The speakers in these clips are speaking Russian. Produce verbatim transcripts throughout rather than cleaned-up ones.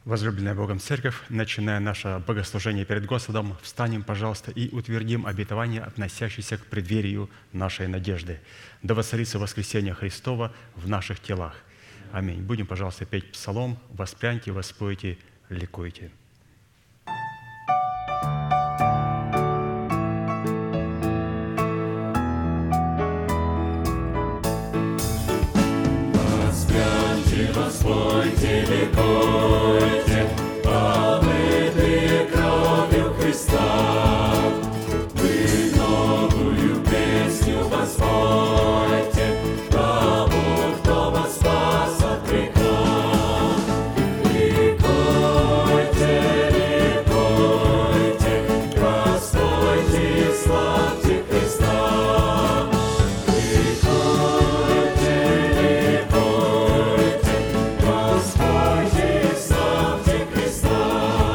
Возлюбленная Богом Церковь, начиная наше богослужение перед Господом, встанем, пожалуйста, и утвердим обетование, относящееся к преддверию нашей надежды. Да воцарится воскресение Христова в наших телах. Аминь. Будем, пожалуйста, петь псалом «Воспряньте, воспойте, ликуйте». Воспряньте, воспойте, ликуйте, омытые кровью Христа. Вы новую песню воспойте тому, кто вас спас от греха. Ликуйте, ликуйте, воспойте и славьте Христа. Ликуйте, ликуйте, воспойте и славьте Христа.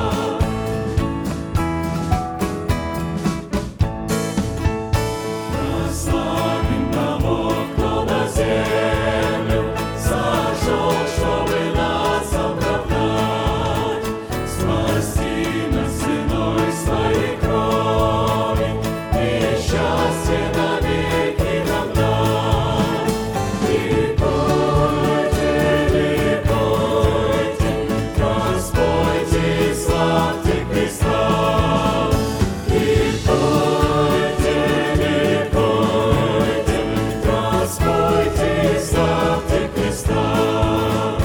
Прославим того, кто на землю сошел, чтобы нас оправдать, спасти нас ценой своей крови и счастье навеки нам дать. Ликуйте, ликуйте, воспойте и славьте Христа. Ликуйте, ликуйте, воспойте и славьте Христа.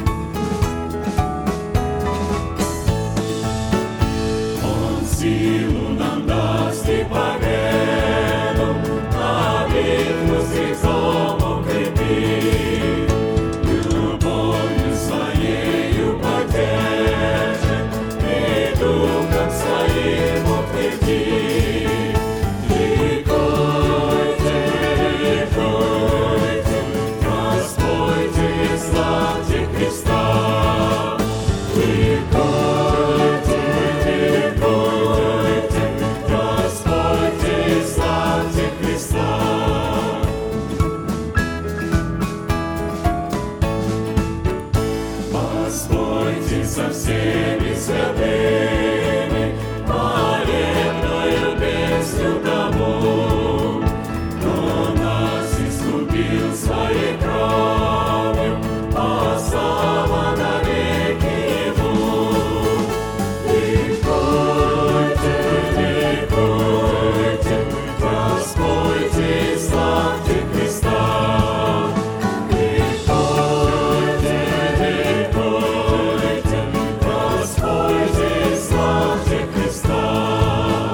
Он силу нам даст и победу, на битву с грехом укрепит, любовью своею поддержит и духом своим утвердит. Ликуйте, ликуйте, воспойте и славьте Христа. Ликуйте, ликуйте, воспойте и славьте Христа. Воспойте со всеми святыми молебною песню тому, кто нас искупил своей кровью, а слава навеки Ему. Ликуйте, ликуйте, воспойте и славьте Христа. Ликуйте, ликуйте, воспойте и славьте Христа.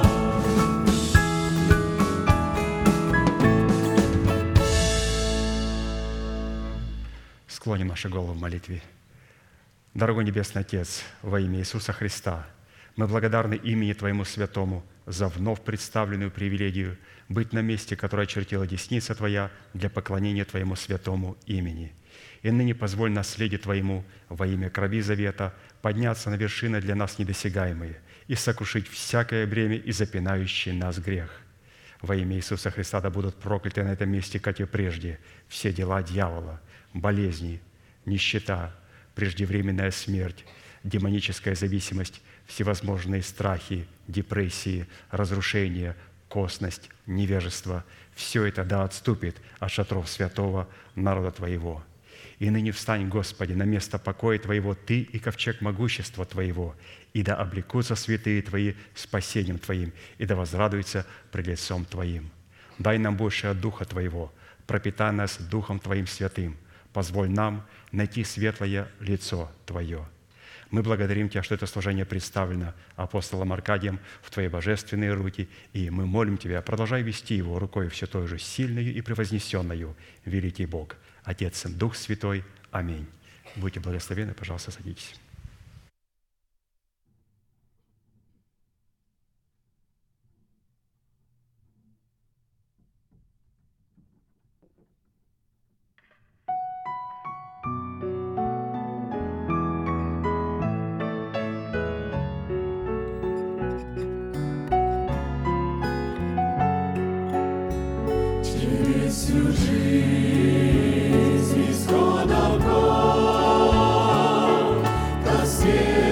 Склоним наши головы в молитве. Дорогой Небесный Отец, во имя Иисуса Христа, мы благодарны имени Твоему Святому за вновь представленную привилегию быть на месте, которое очертила десница Твоя для поклонения Твоему святому имени. И ныне позволь наследию Твоему во имя крови завета подняться на вершины для нас недосягаемые и сокрушить всякое бремя и запинающий нас грех. Во имя Иисуса Христа да будут прокляты на этом месте, как и прежде, все дела дьявола, болезни, нищета, преждевременная смерть, демоническая зависимость, всевозможные страхи, депрессии, разрушения, косность, невежество. Все это да отступит от шатров святого народа Твоего. И ныне встань, Господи, на место покоя Твоего Ты и ковчег могущества Твоего, и да облекутся святые Твои спасением Твоим, и да возрадуются пред лицом Твоим. Дай нам больше от Духа Твоего, пропитай нас Духом Твоим святым, позволь нам найти светлое лицо Твое. Мы благодарим Тебя, что это служение представлено апостолом Аркадием в Твои божественные руки, и мы молим Тебя, продолжай вести его рукой все той же сильную и превознесенную, великий Бог, Отец, Сын, Дух Святой. Аминь. Будьте благословенны, пожалуйста, садитесь. Всю жизнь исхода космических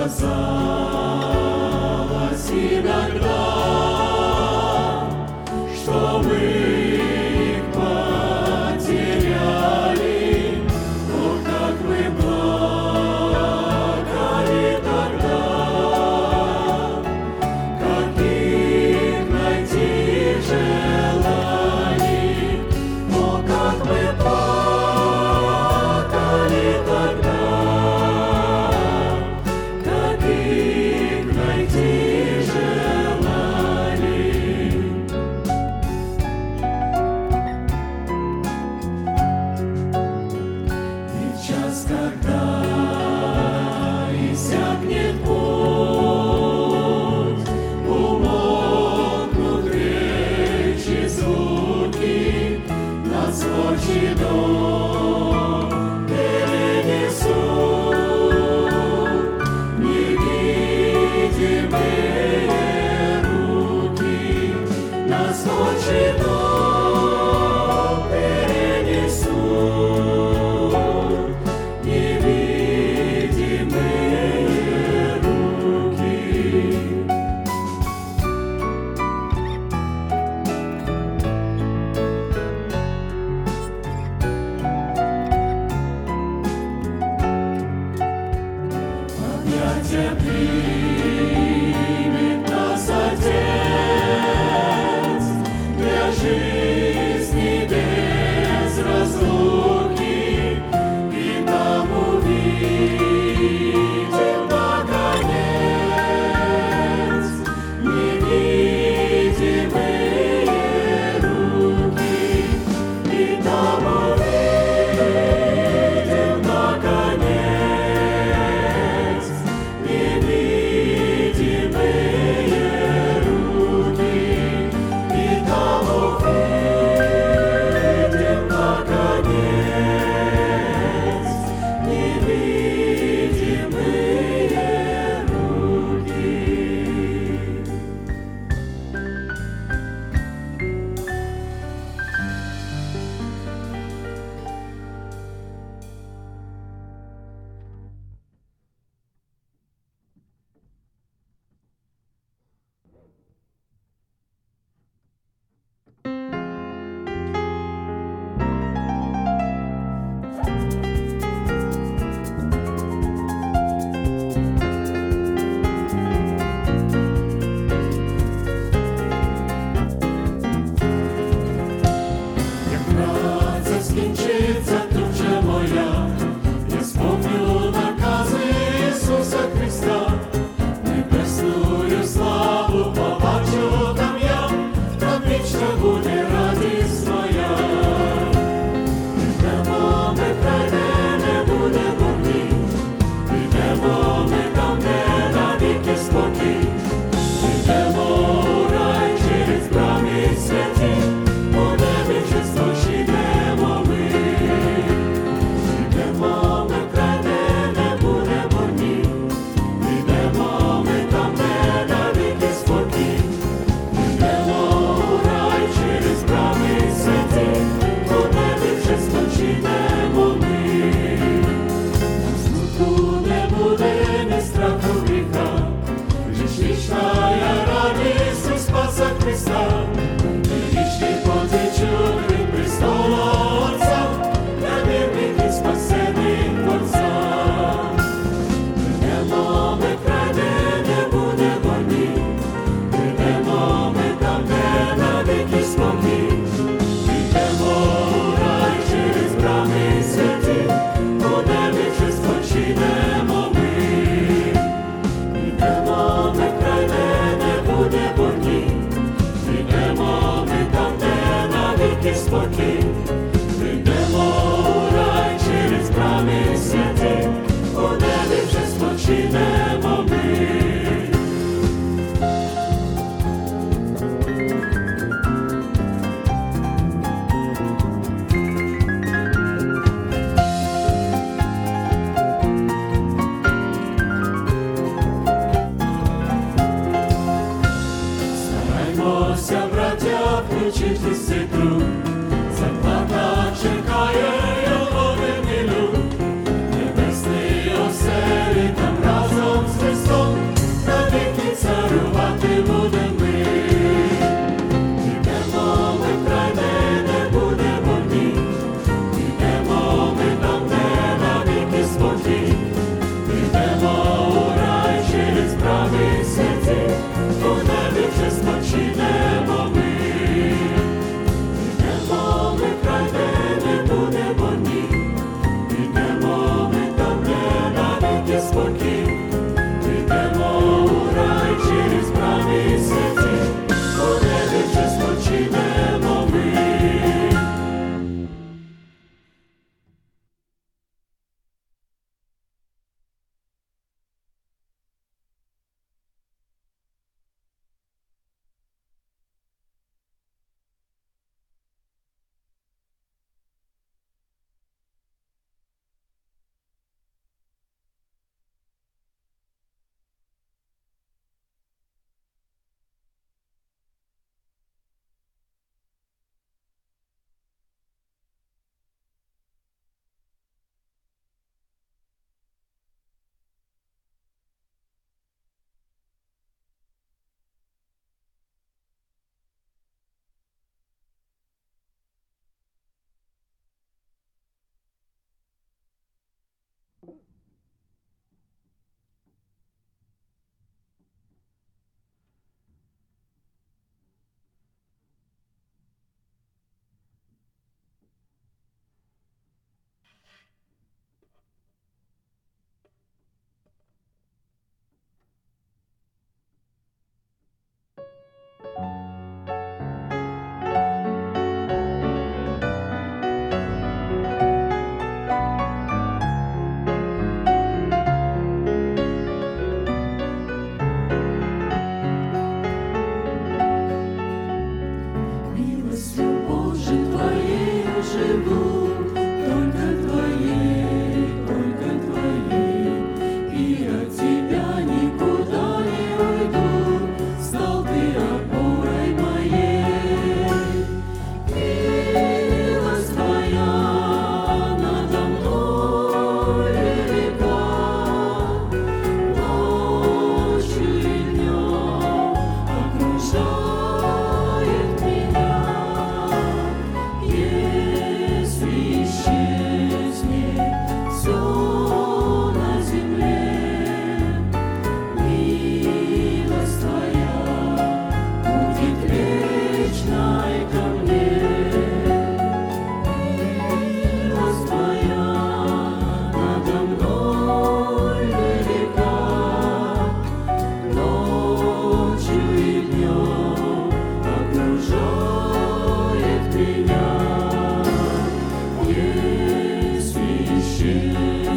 казалось иногда, что мы их потеряли, но как мы плакали тогда, каких найти желаний, но как мы плакали тогда, каких найти желаний. И в час, когда иссякнет путь, умолкнут речи, звуки, нас в отчий дом перенесут невидимые руки, нас в отчий дом перенесут невидимые руки. Объятия примет нас Отец для жизни без разлуки, и там увидим наконец невидимые руки, и там увидим наконец невидимые руки, и там увидим наконец невидимые руки. Як праця скінчиться, друже моя, я спомню накази Ісуса Христа, небесную славу побачу там я, там вічно буде радість моя. Йдемо ми край, де не буде вогні, йдемо ми там, де навіки спокій, йдемо у рай через брами святі, у небі чисто йдемо ми. Йдемо ми край, де не буде вогні, йдемо ми там, де навіки спокій, йдемо у рай через брами святі, у небі чисто йдемо ми. Смутку не буде, ні страху гріха, лиш вічная радість у Спаса Христа, і вічний потечуть від престола Отця, для вірних і спасених Творця. Йдемо ми край, де не буде вогні, йдемо ми там, де навіки спокій, йдемо у рай через брами святі, у небі чисто йдемо ми. Йдемо ми край, де не буде вогні, йдемо ми там, де навіки спокій, йдемо у рай через брами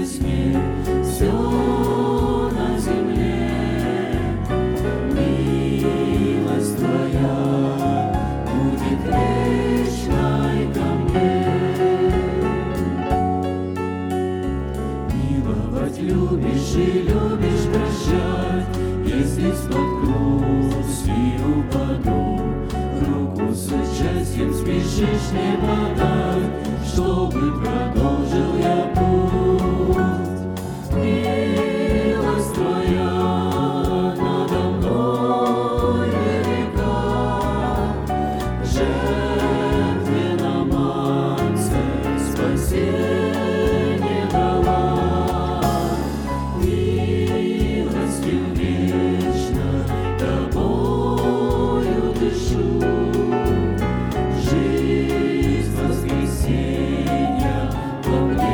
жизни все на земле. Милость Твоя будет вечной ко мне. Миловать любишь и любишь прощать, если споткнусь и упаду, руку с участием спешишь не подать, чтобы продолжил я путь. Милость Твоя надо мной велика, жертвенном Отце спасение дала. Милостью вечной Тобою дышу, жизнь воскресенья во мне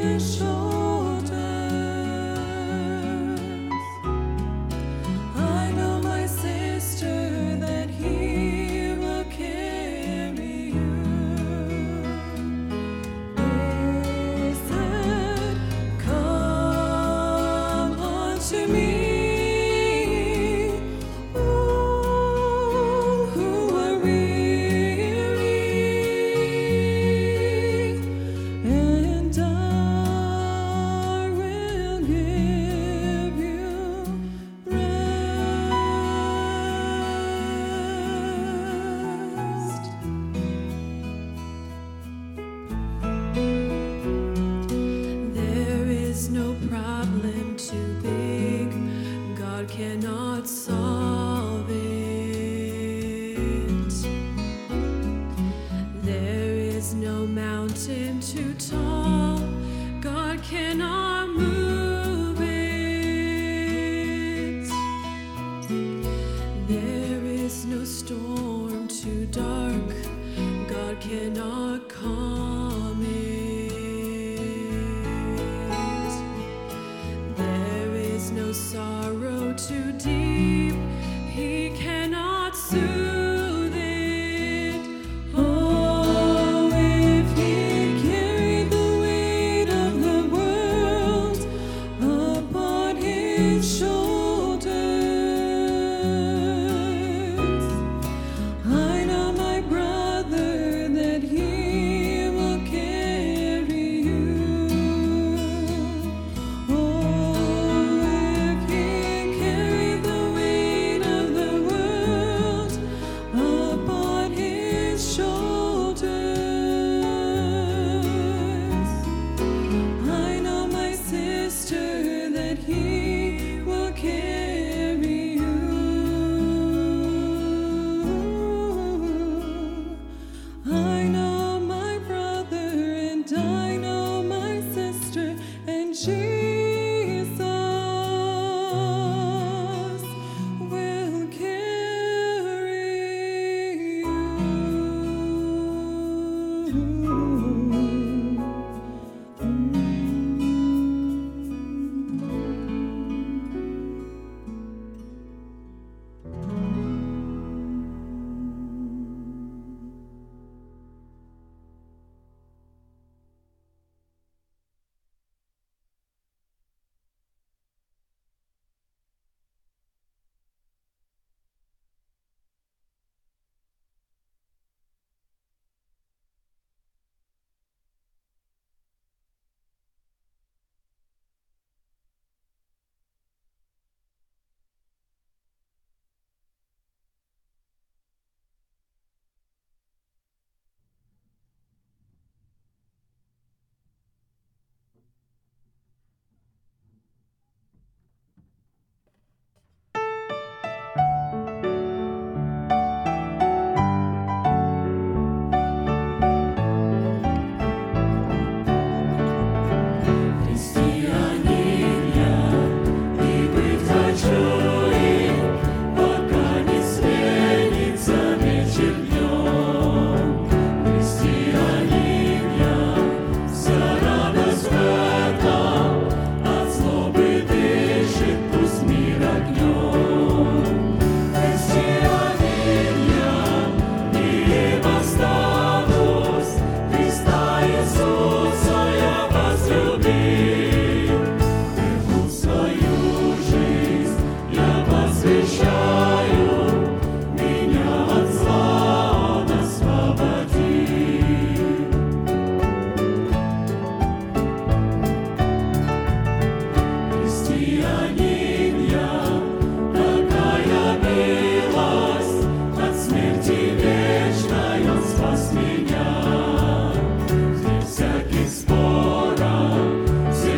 Всяких споров,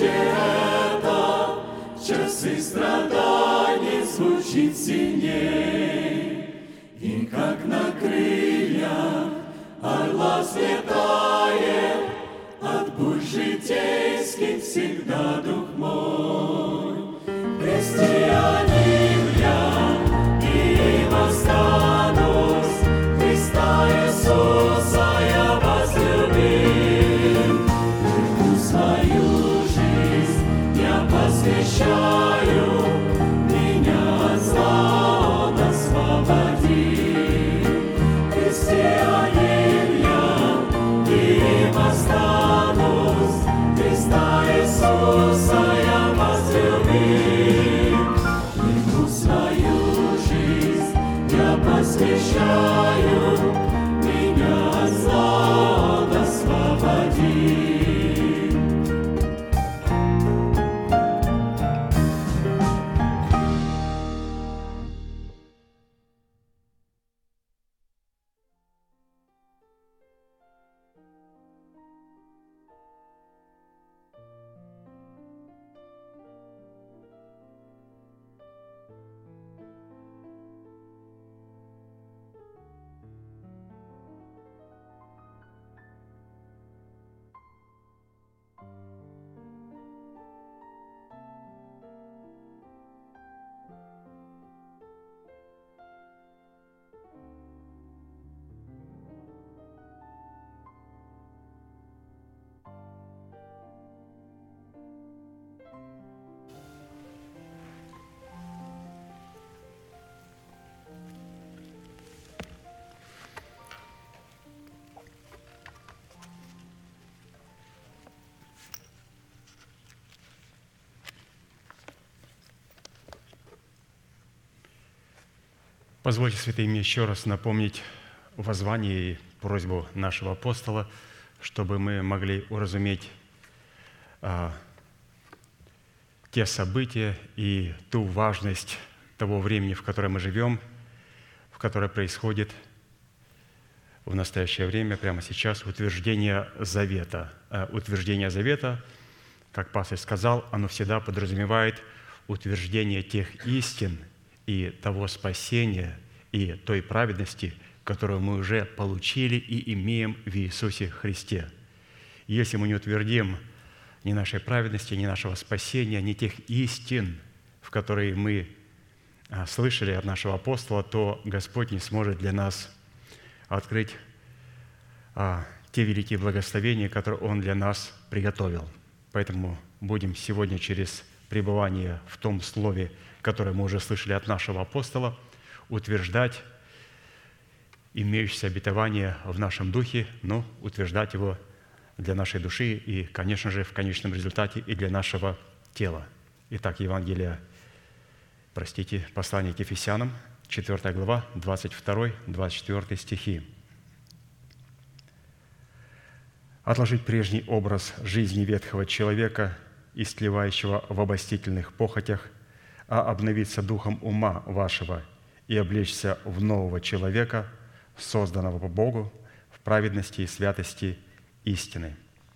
это в часы страданий звучит сильней, и как на крыльях орла взлетает от бурь житейских всегда дух мой. Христианин я, и им останусь, Христа Иисуса я возлюбил. Ему свою жизнь я посвящаю, меня от зла Он освободил. Христианин я, и им останусь, Христа Иисуса я возлюбил. Ему свою жизнь я посвящаю, меня от зла Он освободил. Позвольте, святые, мне еще раз напомнить воззвание и просьбу нашего апостола, чтобы мы могли уразуметь а, те события и ту важность того времени, в котором мы живем, в которое происходит в настоящее время, прямо сейчас, утверждение завета. А, утверждение завета, как пастырь сказал, оно всегда подразумевает утверждение тех истин и того спасения, и той праведности, которую мы уже получили и имеем в Иисусе Христе. Если мы не утвердим ни нашей праведности, ни нашего спасения, ни тех истин, в которые мы слышали от нашего апостола, то Господь не сможет для нас открыть а, те великие благословения, которые Он для нас приготовил. Поэтому будем сегодня через пребывание в том слове, которое мы уже слышали от нашего апостола, утверждать имеющееся обетование в нашем духе, но утверждать его для нашей души и, конечно же, в конечном результате и для нашего тела. Итак, Евангелие, простите, послание к Ефесянам, четвёртая глава, двадцать второй — двадцать четвёртый стихи. «Отложить прежний образ жизни ветхого человека, истлевающего в обольстительных похотях, а обновиться духом ума вашего и облечься в нового человека, созданного по Богу в праведности и святости истины».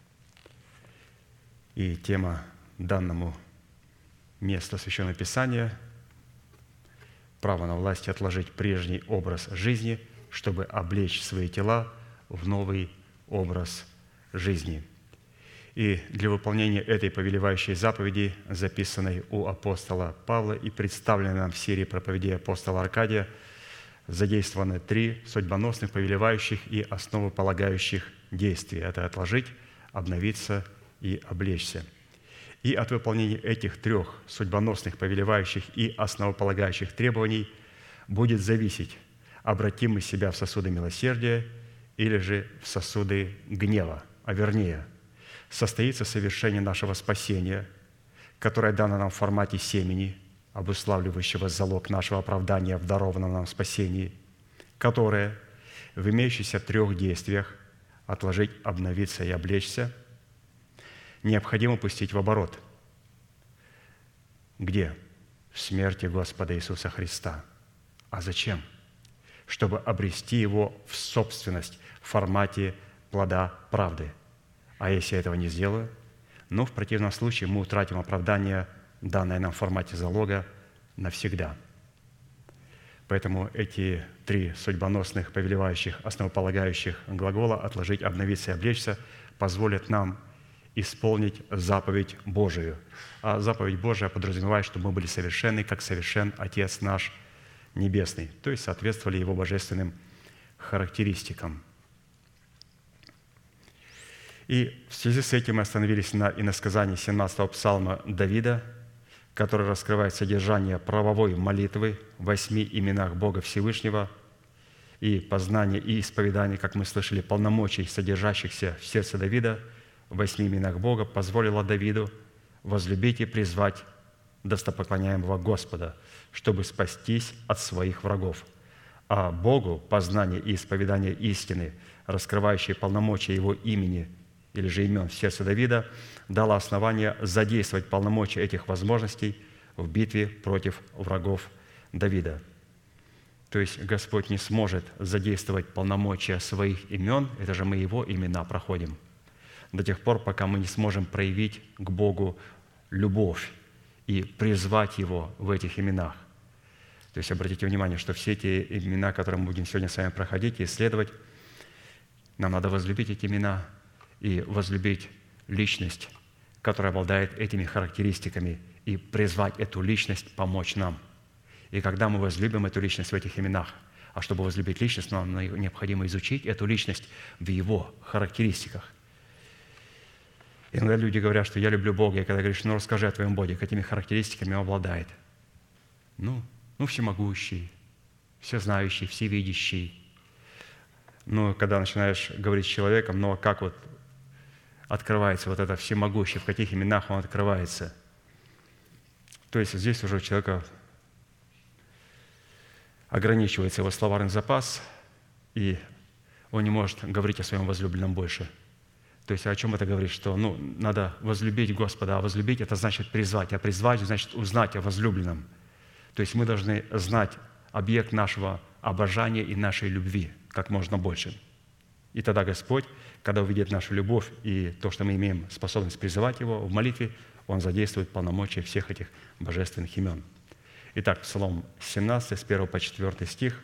И тема данному месту Священного Писания – право на власть отложить прежний образ жизни, чтобы облечь свои тела в новый образ жизни. И для выполнения этой повелевающей заповеди, записанной у апостола Павла и представленной нам в серии проповедей апостола Аркадия, задействованы три судьбоносных, повелевающих и основополагающих действия. Это отложить, обновиться и облечься. И от выполнения этих трех судьбоносных, повелевающих и основополагающих требований будет зависеть, обратим мы себя в сосуды милосердия или же в сосуды гнева, а вернее, состоится совершение нашего спасения, которое дано нам в формате семени, обуславливающего залог нашего оправдания в дарованном нам спасении, которое в имеющихся трех действиях отложить, обновиться и облечься необходимо пустить в оборот. Где? В смерти Господа Иисуса Христа. А зачем? Чтобы обрести его в собственность в формате плода правды. А если я этого не сделаю, но в противном случае мы утратим оправдание, данное нам в формате залога, навсегда. Поэтому эти три судьбоносных, повелевающих, основополагающих глагола «отложить», «обновиться» и «облечься» позволят нам исполнить заповедь Божию. А заповедь Божия подразумевает, чтобы мы были совершенны, как совершен Отец наш Небесный, то есть соответствовали Его божественным характеристикам. И в связи с этим мы остановились на иносказании семнадцатого псалма Давида, который раскрывает содержание правовой молитвы в восьми именах Бога Всевышнего и познание и исповедание, как мы слышали, полномочий, содержащихся в сердце Давида в восьми именах Бога, позволило Давиду возлюбить и призвать достопоклоняемого Господа, чтобы спастись от своих врагов. А Богу познание и исповедание истины, раскрывающие полномочия Его имени или же имен в сердце Давида, дало основание задействовать полномочия этих возможностей в битве против врагов Давида. То есть Господь не сможет задействовать полномочия своих имен, это же мы Его имена проходим, до тех пор, пока мы не сможем проявить к Богу любовь и призвать Его в этих именах. То есть обратите внимание, что все эти имена, которые мы будем сегодня с вами проходить и исследовать, нам надо возлюбить эти имена и возлюбить личность, которая обладает этими характеристиками, и призвать эту личность помочь нам. И когда мы возлюбим эту личность в этих именах, а чтобы возлюбить личность, нам необходимо изучить эту личность в его характеристиках. Иногда люди говорят, что я люблю Бога, и когда говоришь, ну расскажи о твоем Боге, какими характеристиками Он обладает. Ну, ну всемогущий, всезнающий, всевидящий. Ну, когда начинаешь говорить с человеком, ну а как вот открывается вот это всемогущий, в каких именах Он открывается? То есть здесь уже у человека ограничивается его словарный запас, и он не может говорить о своем возлюбленном больше. То есть о чем это говорит? Что ну, надо возлюбить Господа, а возлюбить – это значит призвать, а призвать – значит узнать о возлюбленном. То есть мы должны знать объект нашего обожания и нашей любви как можно больше. И тогда Господь, когда увидит нашу любовь и то, что мы имеем способность призывать Его в молитве, Он задействует полномочия всех этих божественных имен. Итак, Псалом семнадцать, с первого по четвёртый стих.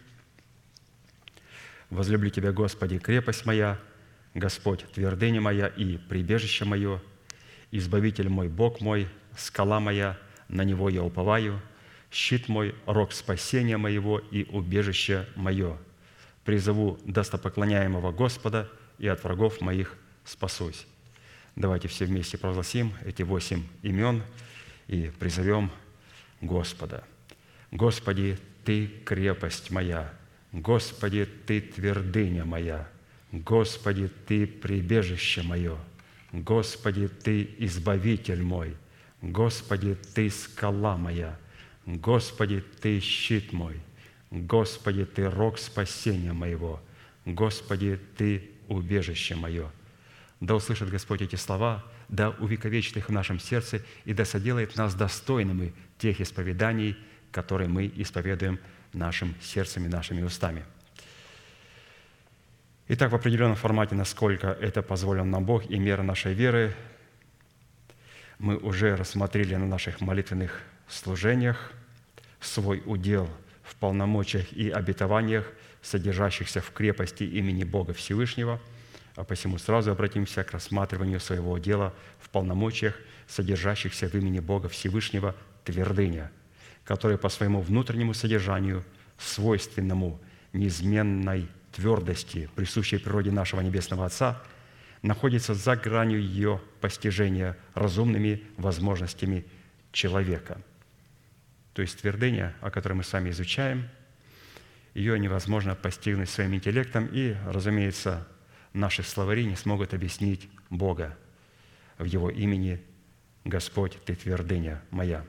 «Возлюблю Тебя, Господи, крепость моя, Господь, твердыня моя и прибежище мое, Избавитель мой, Бог мой, скала моя, на Него я уповаю, щит мой, рог спасения моего и убежище мое. Призову достопоклоняемого Господа, и от врагов моих спасусь». Давайте все вместе провозгласим эти восемь имен и призовем Господа. «Господи, Ты крепость моя, Господи, Ты твердыня моя, Господи, Ты прибежище мое, Господи, Ты избавитель мой, Господи, Ты скала моя, Господи, Ты щит мой, Господи, Ты рог спасения моего, Господи, Ты убежище мое». Да услышит Господь эти слова, да увековечит их в нашем сердце и да соделает нас достойными тех исповеданий, которые мы исповедуем нашим сердцем и нашими устами. Итак, в определенном формате, насколько это позволил нам Бог и мера нашей веры, мы уже рассмотрели на наших молитвенных служениях свой удел в полномочиях и обетованиях, содержащихся в крепости имени Бога Всевышнего, а посему сразу обратимся к рассматриванию своего дела в полномочиях, содержащихся в имени Бога Всевышнего твердыня, которая по своему внутреннему содержанию, свойственному неизменной твердости, присущей природе нашего Небесного Отца, находится за гранью ее постижения разумными возможностями человека. То есть твердыня, о которой мы с вами изучаем, ее невозможно постигнуть своим интеллектом, и, разумеется, наши словари не смогут объяснить Бога в Его имени «Господь, Ты твердыня моя».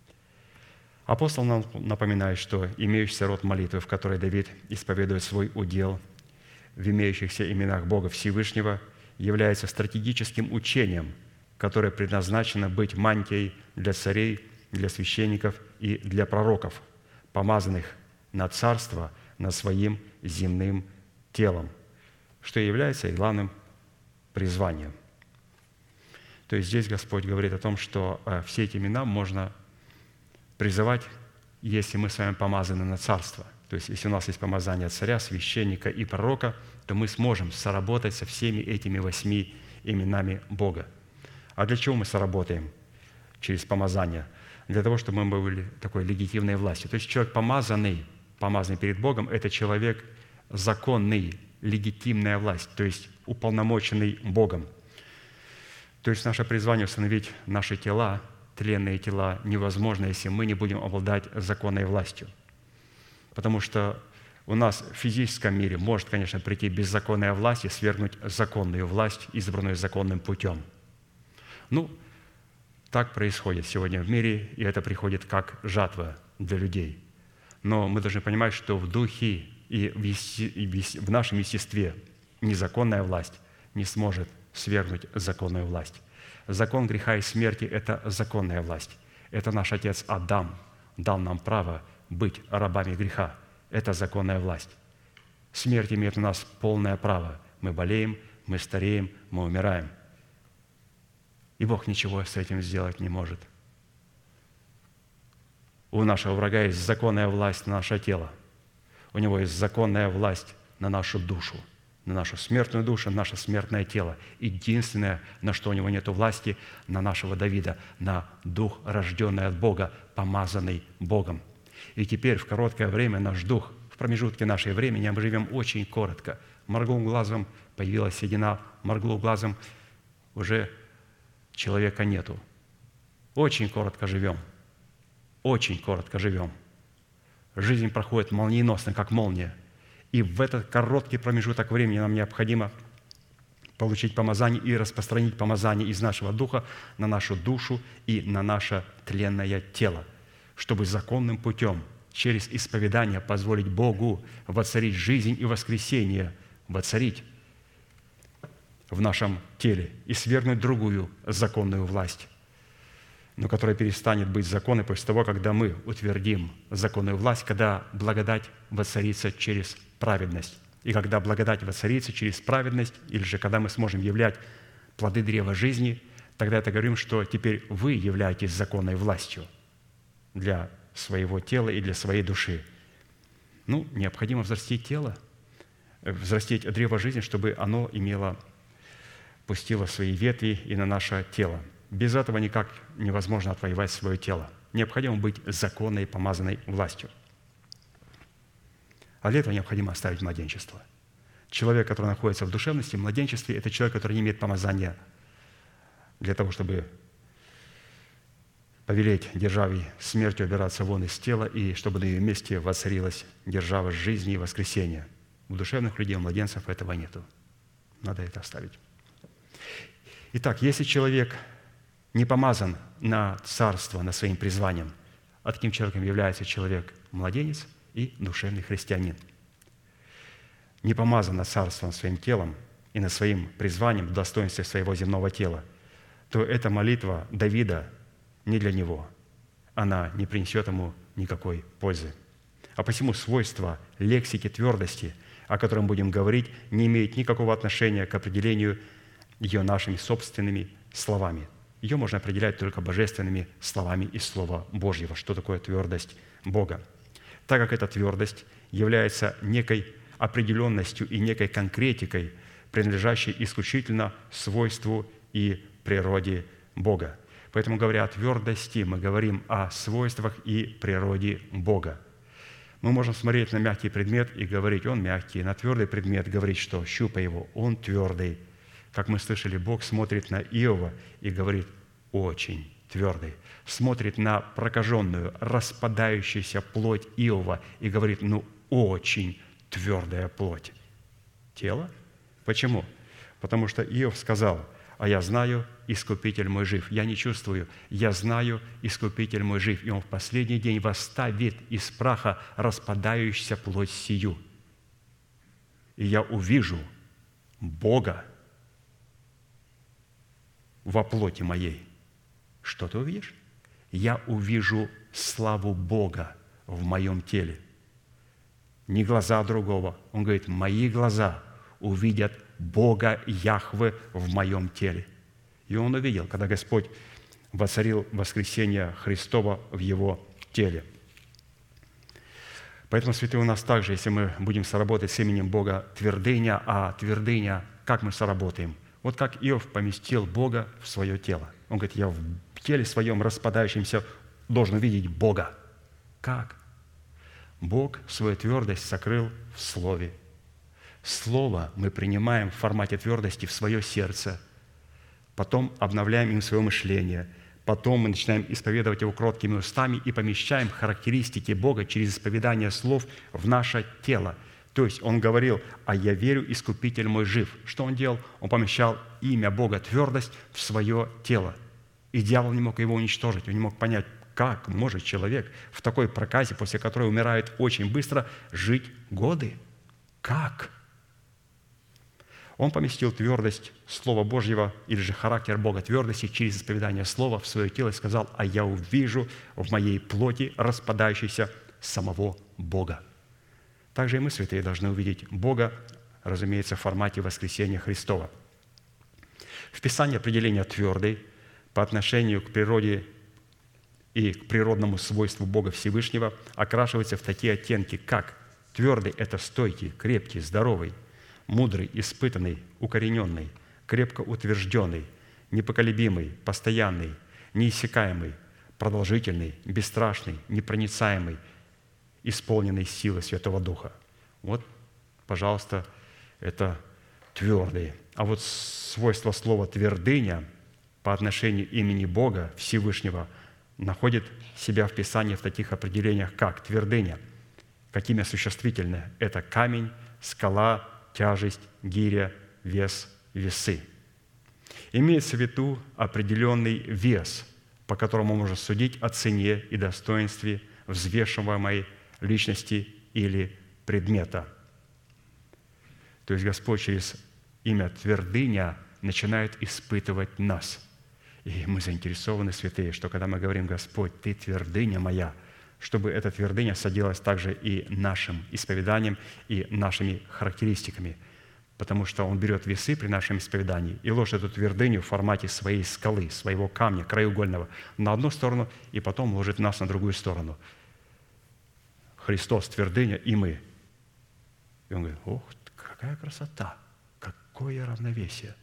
Апостол нам напоминает, что имеющийся род молитвы, в которой Давид исповедует свой удел в имеющихся именах Бога Всевышнего, является стратегическим учением, которое предназначено быть мантией для царей, для священников и для пророков, помазанных на царство над своим земным телом, что является и главным призванием. То То есть здесь Господь говорит о том, что все эти имена можно призывать, если мы с вами помазаны на царство. То есть если у нас есть помазание царя, священника и пророка, то мы сможем соработать со всеми этими восьми именами Бога. А для чего мы соработаем через помазание? Для того, чтобы мы были такой легитимной властью. То есть человек помазанный, помазанный перед Богом, это человек законный, легитимная власть, то есть уполномоченный Богом. То есть наше призвание установить наши тела, тленные тела, невозможно, если мы не будем обладать законной властью. Потому что у нас в физическом мире может, конечно, прийти беззаконная власть и свергнуть законную власть, избранную законным путем. Ну, так происходит сегодня в мире, и это приходит как жатва для людей. Но мы должны понимать, что в духе и в, есте, и в нашем естестве незаконная власть не сможет свергнуть законную власть. Закон греха и смерти – это законная власть. Это наш отец Адам дал нам право быть рабами греха. Это законная власть. Смерть имеет у нас полное право. Мы болеем, мы стареем, мы умираем. И Бог ничего с этим сделать не может. У нашего врага есть законная власть на наше тело. У него есть законная власть на нашу душу, на нашу смертную душу, на наше смертное тело. Единственное, на что у него нет власти, на нашего Давида, на дух, рожденный от Бога, помазанный Богом. И теперь в короткое время наш дух, в промежутке нашего времени, мы живем очень коротко. Моргнул глазом, появилась седина, моргнул глазом, уже человека нету. Очень коротко живем. Очень коротко живем. Жизнь проходит молниеносно, как молния. И в этот короткий промежуток времени нам необходимо получить помазание и распространить помазание из нашего духа на нашу душу и на наше тленное тело, чтобы законным путем, через исповедание позволить Богу воцарить жизнь и воскресение, воцарить в нашем теле и свергнуть другую законную власть, но которая перестанет быть законной после того, когда мы утвердим законную власть, когда благодать воцарится через праведность. И когда благодать воцарится через праведность, или же когда мы сможем являть плоды древа жизни, тогда это говорим, что теперь вы являетесь законной властью для своего тела и для своей души. Ну, необходимо взрастить тело, взрастить древо жизни, чтобы оно имело, пустило свои ветви и на наше тело. Без этого никак невозможно отвоевать свое тело. Необходимо быть законной, помазанной властью. А для этого необходимо оставить младенчество. Человек, который находится в душевности, в младенчестве, это человек, который не имеет помазания для того, чтобы повелеть державе смертью убираться вон из тела, и чтобы на ее месте воцарилась держава жизни и воскресения. У душевных людей, у младенцев этого нету. Надо это оставить. Итак, если человек не помазан на царство, на своим призванием, а таким человеком является человек-младенец и душевный христианин. Не помазан на царство над своим телом и над своим призванием в достоинстве своего земного тела, то эта молитва Давида не для него. Она не принесет ему никакой пользы. А посему свойства лексики твердости, о котором будем говорить, не имеет никакого отношения к определению ее нашими собственными словами. Ее можно определять только божественными словами из Слова Божьего. Что такое твердость Бога? Так как эта твердость является некой определенностью и некой конкретикой, принадлежащей исключительно свойству и природе Бога. Поэтому, говоря о твердости, мы говорим о свойствах и природе Бога. Мы можем смотреть на мягкий предмет и говорить, он мягкий, на твердый предмет говорить, что щупай его, он твердый. Как мы слышали, Бог смотрит на Иова и говорит, очень твердый. Смотрит на прокаженную, распадающуюся плоть Иова и говорит, ну, очень твердая плоть. Тело? Почему? Потому что Иов сказал, а я знаю, Искупитель мой жив. Я не чувствую, я знаю, Искупитель мой жив. И он в последний день восставит из праха распадающуюся плоть сию. И я увижу Бога во плоти моей. Что ты увидишь? Я увижу славу Бога в моем теле. Не глаза другого. Он говорит, мои глаза увидят Бога Яхве в моем теле. И И он увидел, когда Господь воцарил воскресение Христова в его теле. Поэтому, святые, у нас также, если мы будем соработать с именем Бога, твердыня, а твердыня, как мы соработаем? Вот как Иов поместил Бога в свое тело. Он говорит, я в теле своем распадающемся должен видеть Бога. Как? Бог свою твердость сокрыл в Слове. Слово мы принимаем в формате твердости в свое сердце, потом обновляем им свое мышление, потом мы начинаем исповедовать его кроткими устами и помещаем характеристики Бога через исповедание слов в наше тело. То есть он говорил, а я верю, Искупитель мой жив. Что он делал? Он помещал имя Бога, твердость, в свое тело. И дьявол не мог его уничтожить, он не мог понять, как может человек в такой проказе, после которой умирает очень быстро, жить годы? Как? Он поместил твердость Слова Божьего или же характер Бога твердости через исповедание Слова в свое тело и сказал, а я увижу в моей плоти распадающийся самого Бога. Также и мы, святые, должны увидеть Бога, разумеется, в формате воскресения Христова. В Писании определение «твердый» по отношению к природе и к природному свойству Бога Всевышнего окрашивается в такие оттенки, как твердый – это стойкий, крепкий, здоровый, мудрый, испытанный, укорененный, крепко утвержденный, непоколебимый, постоянный, неиссякаемый, продолжительный, бесстрашный, непроницаемый, исполненный силы Святого Духа. Вот, пожалуйста, это твердый. А вот свойство слова «твердыня» по отношению имени Бога Всевышнего находит себя в Писании в таких определениях, как твердыня. Какими осуществительны? Это камень, скала, тяжесть, гиря, вес, весы. Имеется в виду определенный вес, по которому можно судить о цене и достоинстве взвешиваемой личности или предмета. То есть Господь через имя твердыня начинает испытывать нас. И мы заинтересованы, святые, что когда мы говорим, Господь, Ты твердыня моя, чтобы эта твердыня садилась также и нашим исповеданием, и нашими характеристиками. Потому что Он берет весы при нашем исповедании и ложит эту твердыню в формате своей скалы, своего камня, краеугольного, на одну сторону, и потом ложит нас на другую сторону. Христос – твердыня, и мы. И Он говорит, ох, какая красота, какое равновесие.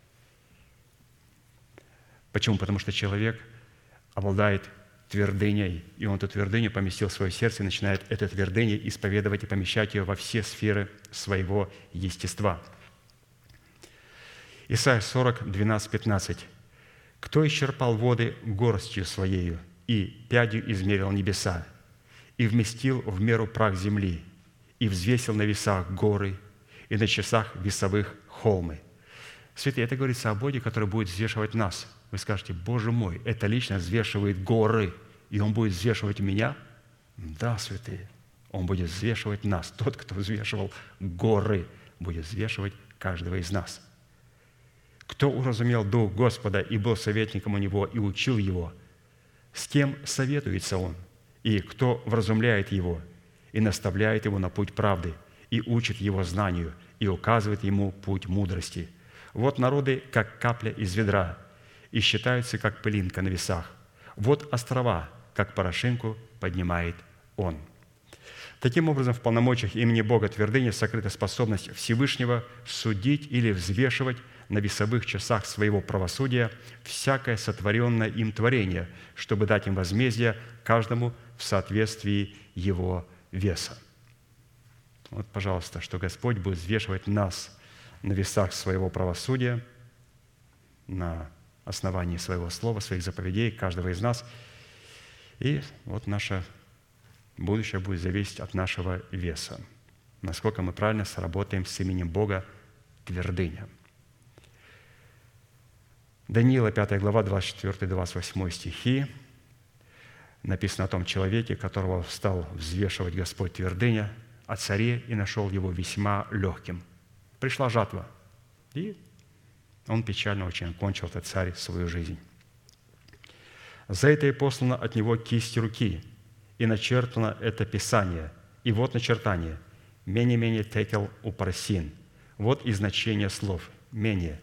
Почему? Потому что человек обладает твердыней, и он эту твердыню поместил в свое сердце и начинает эту твердыню исповедовать и помещать ее во все сферы своего естества. Исайя сорок, двенадцать, пятнадцать. «Кто исчерпал воды горстью своею, и пядью измерил небеса, и вместил в меру прах земли, и взвесил на весах горы, и на часах весовых холмы». Святые, это говорится о Боге, который будет взвешивать нас. Вы скажете, Боже мой, эта личность взвешивает горы, и Он будет взвешивать меня? Да, святые, Он будет взвешивать нас. Тот, кто взвешивал горы, будет взвешивать каждого из нас. Кто уразумел Дух Господа и был советником у Него и учил Его, с кем советуется Он, и кто вразумляет Его, и наставляет Его на путь правды, и учит Его знанию, и указывает Ему путь мудрости. Вот народы, как капля из ведра, и считаются, как пылинка на весах. Вот острова, как порошинку поднимает Он. Таким образом, в полномочиях имени Бога твердыни сокрыта способность Всевышнего судить или взвешивать на весовых часах своего правосудия всякое сотворенное им творение, чтобы дать им возмездие каждому в соответствии его веса. Вот, пожалуйста, что Господь будет взвешивать нас на весах своего правосудия, на основании своего слова, своих заповедей, каждого из нас. И вот наше будущее будет зависеть от нашего веса, насколько мы правильно сработаем с именем Бога твердыня. Даниила, пятая глава, двадцать четвёртый двадцать восьмой стихи. Написано о том человеке, которого стал взвешивать Господь твердыня, о царе, и нашел его весьма легким. Пришла жатва, и он печально очень кончил, этот царь, свою жизнь. За это и послано от него кисть руки, и начертано это Писание. И вот начертание. «Менее-менее текел упарсин». Вот и значение слов. «Менее».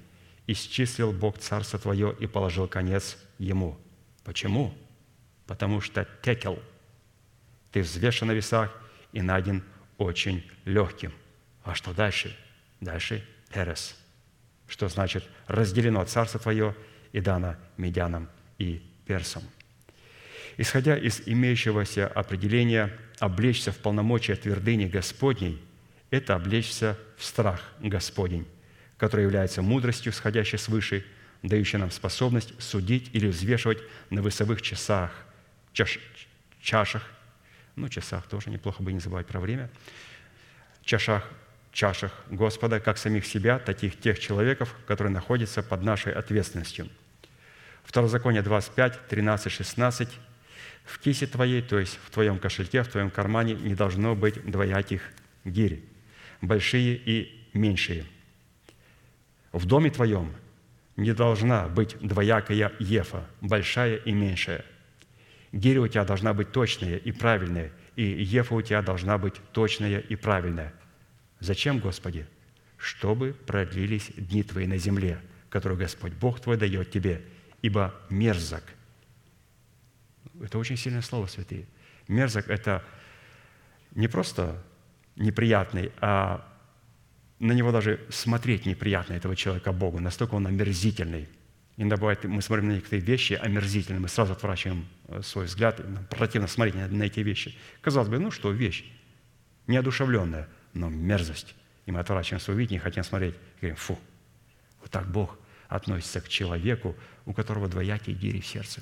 исчислил Бог царство твое и положил конец ему». Почему? Потому что текел. Ты взвешен на весах и найден очень легким. А что дальше? Дальше перес, что значит разделено царство твое и дано медянам и персам. Исходя из имеющегося определения, облечься в полномочия твердыни Господней – это облечься в страх Господень, который является мудростью, сходящей свыше, дающей нам способность судить или взвешивать на весовых часах, чаш, чашах, ну, часах тоже неплохо бы не забывать про время, чашах, чашах Господа, как самих себя, так и тех человеков, которые находятся под нашей ответственностью. Второзаконие двадцать пять, тринадцать, шестнадцать. «В кисе твоей, то есть в твоем кошельке, в твоем кармане, не должно быть двояких гирь, большие и меньшие. В доме твоем не должна быть двоякая ефа, большая и меньшая. Гиря у тебя должна быть точная и правильная, и ефа у тебя должна быть точная и правильная». Зачем, Господи? «Чтобы продлились дни твои на земле, которую Господь Бог твой дает тебе, ибо мерзок». Это очень сильное слово, святые. Мерзок – это не просто неприятный, а на него даже смотреть неприятно, этого человека, Богу. Настолько он омерзительный. Иногда бывает, мы смотрим на некоторые вещи омерзительные, мы сразу отворачиваем свой взгляд, нам противно смотреть на эти вещи. Казалось бы, ну что, вещь неодушевленная, но мерзость. И мы отворачиваем свой вид, не хотим смотреть. И говорим: фу. Вот так Бог относится к человеку, у которого двоякие гири в сердце.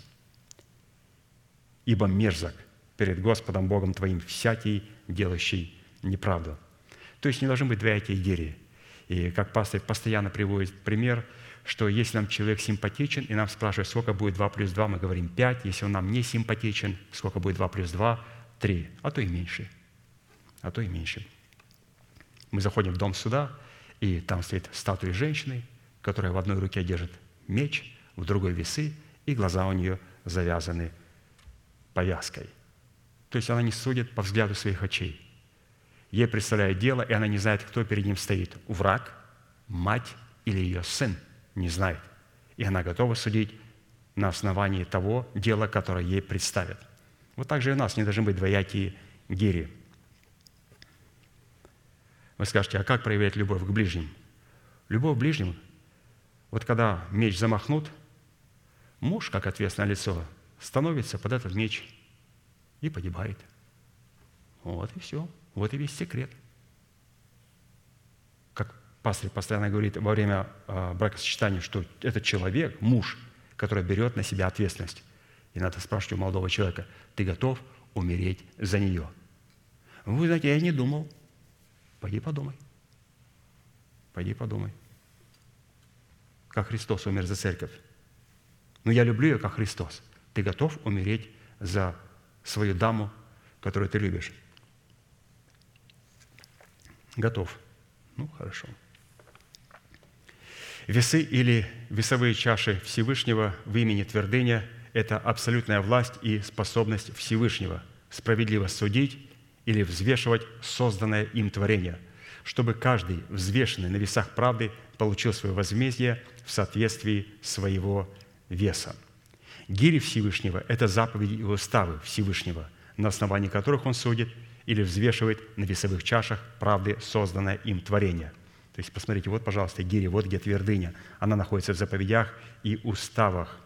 «Ибо мерзок перед Господом Богом твоим всякий, делающий неправду». То есть не должны быть двоякие гири. И как пастор постоянно приводит пример, что если нам человек симпатичен, и нам спрашивают, сколько будет два плюс два, мы говорим пять. Если он нам не симпатичен, сколько будет два плюс два? три, а то и меньше. А то и меньше. Мы заходим в дом суда, и там стоит статуя женщины, которая в одной руке держит меч, в другой весы, и глаза у нее завязаны повязкой. То есть она не судит по взгляду своих очей. Ей представляет дело, и она не знает, кто перед ним стоит. Враг, мать или ее сын, не знает. И она готова судить на основании того дела, которое ей представят. Вот так же и у нас не должны быть двоякие гири. Вы скажете, а как проявлять любовь к ближним? Любовь к ближним, вот когда меч замахнут, муж, как ответственное лицо, становится под этот меч и погибает. Вот и все. Вот и весь секрет. Как пастор постоянно говорит во время э, бракосочетания, что этот человек, муж, который берет на себя ответственность. И надо спрашивать у молодого человека: ты готов умереть за нее? Вы знаете, я не думал. Пойди подумай. Пойди подумай. Как Христос умер за церковь. Но я люблю ее, как Христос. Ты готов умереть за свою даму, которую ты любишь? Готов. Ну, хорошо. Весы или весовые чаши Всевышнего в имени твердыня – это абсолютная власть и способность Всевышнего справедливо судить или взвешивать созданное им творение, чтобы каждый, взвешенный на весах правды, получил свое возмездие в соответствии своего веса. Гири Всевышнего – это заповеди и уставы Всевышнего, на основании которых Он судит или взвешивает на весовых чашах правды созданное им творение. То есть, посмотрите, вот, пожалуйста, гири, вот где твердыня. Она находится в заповедях и уставах.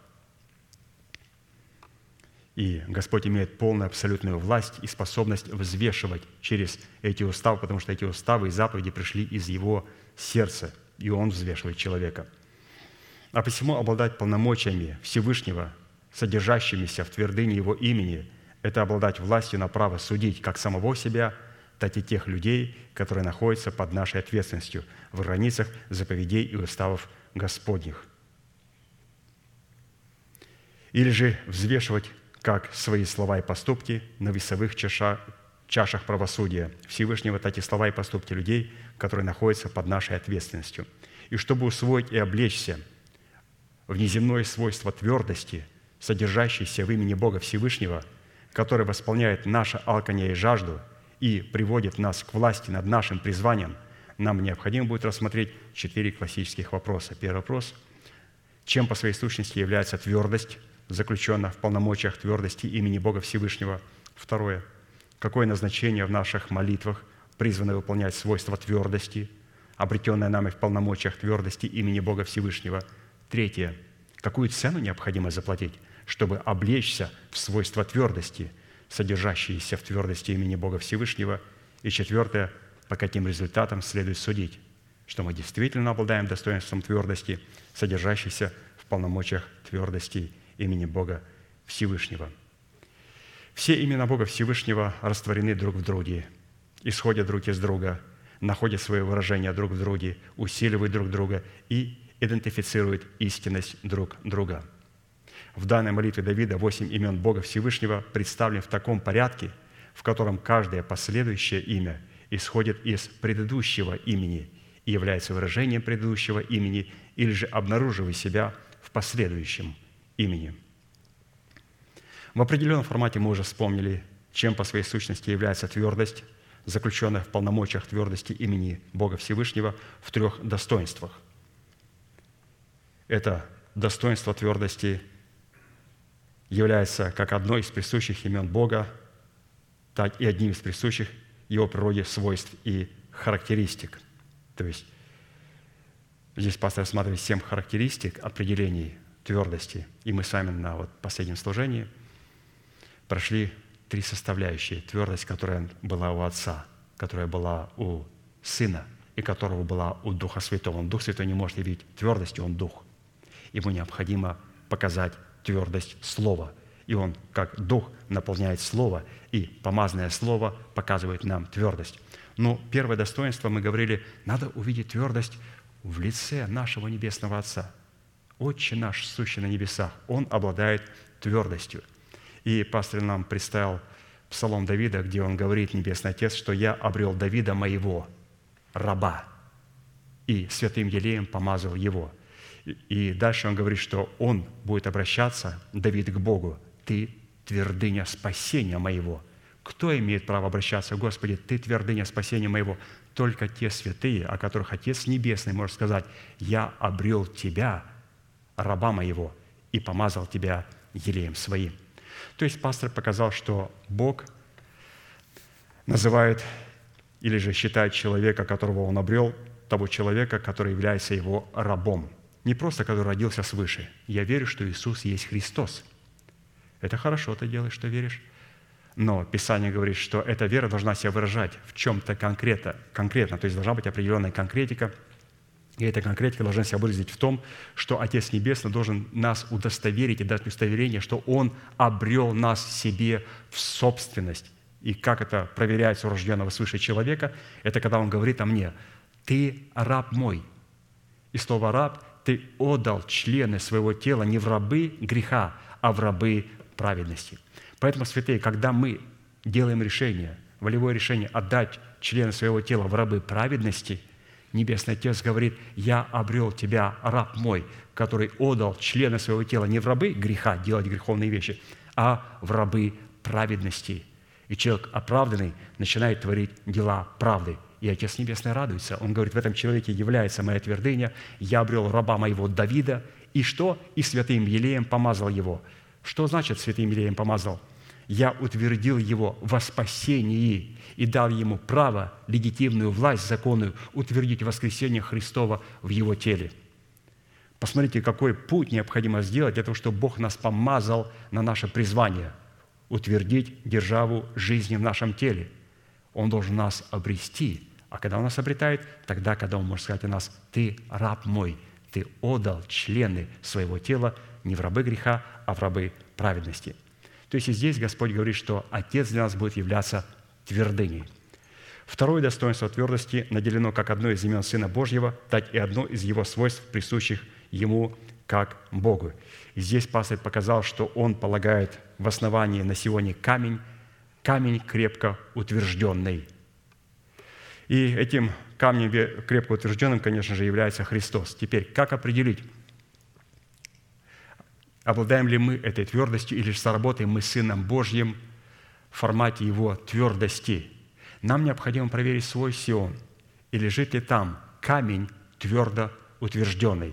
И Господь имеет полную абсолютную власть и способность взвешивать через эти уставы, потому что эти уставы и заповеди пришли из Его сердца, и Он взвешивает человека. А посему обладать полномочиями Всевышнего, содержащимися в твердыне Его имени, это обладать властью на право судить как самого себя, так и тех людей, которые находятся под нашей ответственностью в границах заповедей и уставов Господних. Или же взвешивать как свои слова и поступки на весовых чаша, чашах правосудия Всевышнего, так и слова и поступки людей, которые находятся под нашей ответственностью. И чтобы усвоить и облечься в неземное свойство твердости, содержащееся в имени Бога Всевышнего, который восполняет наше алканье и жажду и приводит нас к власти над нашим призванием, нам необходимо будет рассмотреть четыре классических вопроса. Первый вопрос – чем по своей сущности является твердость, заключенная в полномочиях твердости имени Бога Всевышнего. Второе. Какое назначение в наших молитвах призвано выполнять свойства твердости, обретенное нами в полномочиях твердости имени Бога Всевышнего. Третье. Какую цену необходимо заплатить, чтобы облечься в свойства твердости, содержащиеся в твердости имени Бога Всевышнего. И четвертое. По каким результатам следует судить, что мы действительно обладаем достоинством твердости, содержащейся в полномочиях твердости имени Бога Всевышнего. Все имена Бога Всевышнего растворены друг в друге, исходят друг из друга, находят свое выражение друг в друге, усиливают друг друга и идентифицируют истинность друг друга. В данной молитве Давида восемь имен Бога Всевышнего представлены в таком порядке, в котором каждое последующее имя исходит из предыдущего имени и является выражением предыдущего имени или же обнаруживает себя в последующем имени. В определенном формате мы уже вспомнили, чем по своей сущности является твердость, заключенная в полномочиях твердости имени Бога Всевышнего в трех достоинствах. Это достоинство твердости является как одно из присущих имен Бога, так и одним из присущих Его природе свойств и характеристик. То есть здесь пастор рассматривает семь характеристик определений твердости. И мы сами на вот последнем служении прошли три составляющие. Твердость, которая была у Отца, которая была у Сына и которая была у Духа Святого. Он, Дух Святой, не может явить твердости, Он Дух. Ему необходимо показать твердость Слова. И Он, как Дух, наполняет Слово, и помазанное Слово показывает нам твердость. Но первое достоинство, мы говорили, надо увидеть твердость в лице нашего Небесного Отца. Отче наш, сущий на небесах, Он обладает твердостью. И пастор нам представил Псалом Давида, где он говорит, Небесный Отец, что «Я обрел Давида моего, раба, и святым елеем помазал его». И дальше он говорит, что он будет обращаться, Давид, к Богу. «Ты твердыня спасения моего». Кто имеет право обращаться? Господи, Ты твердыня спасения моего. Только те святые, о которых Отец Небесный может сказать, «Я обрел Тебя, раба моего, и помазал Тебя елеем своим». То есть пастор показал, что Бог называет или же считает человека, которого Он обрел, того человека, который является Его рабом. Не просто, который родился свыше. Я верю, что Иисус есть Христос. Это хорошо ты делаешь, что веришь. Но Писание говорит, что эта вера должна себя выражать в чем-то конкретно, конкретно, то есть должна быть определенная конкретика, и эта конкретика должна себя выразить в том, что Отец Небесный должен нас удостоверить и дать удостоверение, что Он обрел нас себе в собственность. И как это проверяется у рожденного свыше человека? Это когда Он говорит о мне, «Ты раб мой». И слово «раб» – ты отдал члены своего тела не в рабы греха, а в рабы праведности. Поэтому, святые, когда мы делаем решение, волевое решение отдать члены своего тела в рабы праведности, Небесный Отец говорит, «Я обрел тебя, раб мой, который отдал члены своего тела не в рабы греха, делать греховные вещи, а в рабы праведности». И человек оправданный начинает творить дела правды. И Отец Небесный радуется. Он говорит, в этом человеке является моя твердыня, я обрел раба моего Давида, и что? И святым елеем помазал его. Что значит святым елеем помазал? Я утвердил его во спасении и дал ему право, легитимную власть законную утвердить воскресение Христова в его теле. Посмотрите, какой путь необходимо сделать для того, чтобы Бог нас помазал на наше призвание – утвердить державу жизни в нашем теле. Он должен нас обрести. А когда Он нас обретает, тогда, когда Он может сказать о нас, «Ты раб мой, ты отдал члены своего тела не в рабы греха, а в рабы праведности». То есть и здесь Господь говорит, что Отец для нас будет являться твердыней. Второе достоинство твердости наделено как одно из имен Сына Божьего, так и одно из Его свойств, присущих Ему как Богу. И здесь пастырь показал, что Он полагает в основании на сегодня камень, камень крепко утвержденный. И этим камнем крепко утвержденным, конечно же, является Христос. Теперь, как определить, обладаем ли мы этой твердостью или же соработаем мы с Сыном Божьим в формате Его твердости? Нам необходимо проверить свой Сион, и лежит ли там камень твердо утвержденный.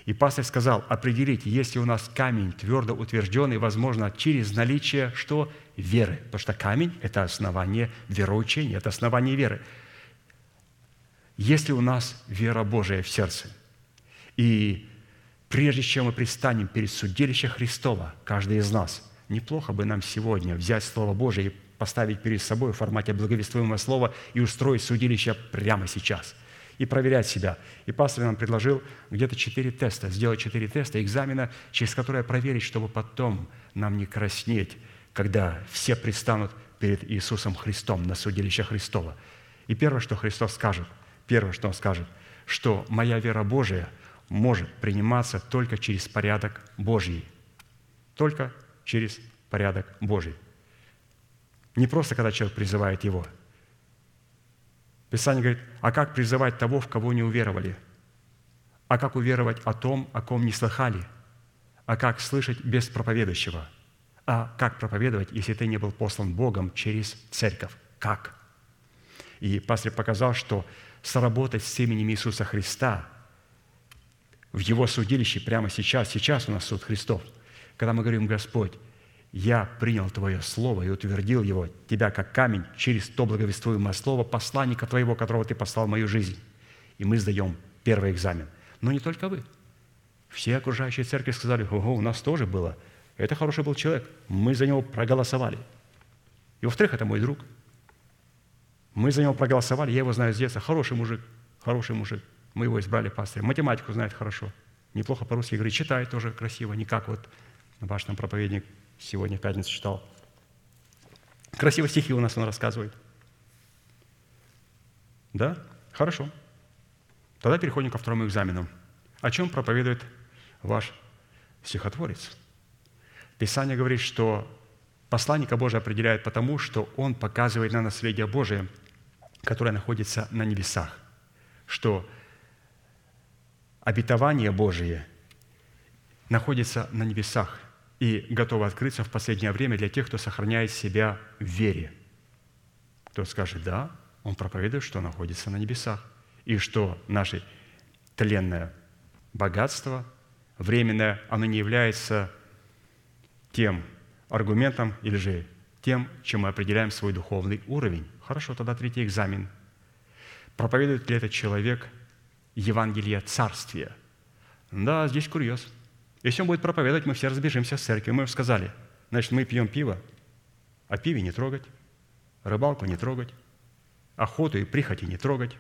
И пастырь сказал: определите, если у нас камень твердо утвержденный, возможно, через наличие что? Веры. Потому что камень – это основание вероучения, это основание веры. Если у нас вера Божия в сердце, и прежде чем мы предстанем перед судилищем Христова, каждый из нас, неплохо бы нам сегодня взять Слово Божие и поставить перед собой в формате благовествуемого слова и устроить судилище прямо сейчас – и проверять себя. И пастор нам предложил где-то четыре теста, сделать четыре теста, экзамена, через которые проверить, чтобы потом нам не краснеть, когда все предстанут перед Иисусом Христом на судилище Христова. И первое, что Христос скажет, первое, что Он скажет, что моя вера Божия может приниматься только через порядок Божий. Только через порядок Божий. Не просто, когда человек призывает Его. Писание говорит: а как призывать того, в кого не уверовали? А как уверовать о том, о ком не слыхали? А как слышать без проповедующего? А как проповедовать, если ты не был послан Богом через церковь? Как? И пастор показал, что соработать с именем Иисуса Христа в Его судилище прямо сейчас, сейчас у нас суд Христов, когда мы говорим: Господь, я принял Твое Слово и утвердил его, Тебя как камень, через то благовествуемое Слово посланника Твоего, которого Ты послал в мою жизнь. И мы сдаем первый экзамен. Но не только вы. Все окружающие церкви сказали: ого, у нас тоже было. Это хороший был человек. Мы за него проголосовали. И во-вторых, это мой друг. Мы за него проголосовали, я его знаю с детства. Хороший мужик, хороший мужик. Мы его избрали пастырем. Математику знает хорошо. Неплохо по-русски говорит, читает тоже красиво, не как вот ваш там проповедник сегодня в пятницу читал. Красивые стихи у нас он рассказывает. Да? Хорошо. Тогда переходим ко второму экзамену. О чем проповедует ваш стихотворец? Писание говорит, что посланника Божия определяет потому, что он показывает на наследие Божие, которое находится на небесах, что обетование Божие находится на небесах и готово открыться в последнее время для тех, кто сохраняет себя в вере. Кто скажет: да, он проповедует, что находится на небесах, и что наше тленное богатство, временное, оно не является тем аргументом или же тем, чем мы определяем свой духовный уровень. Хорошо, тогда третий экзамен. Проповедует ли этот человек Евангелие Царствия? Да, здесь курьез. Если он будет проповедовать, мы все разбежимся с церкви. Мы сказали: значит, мы пьем пиво, о пиве не трогать, рыбалку не трогать, охоту и прихоти не трогать.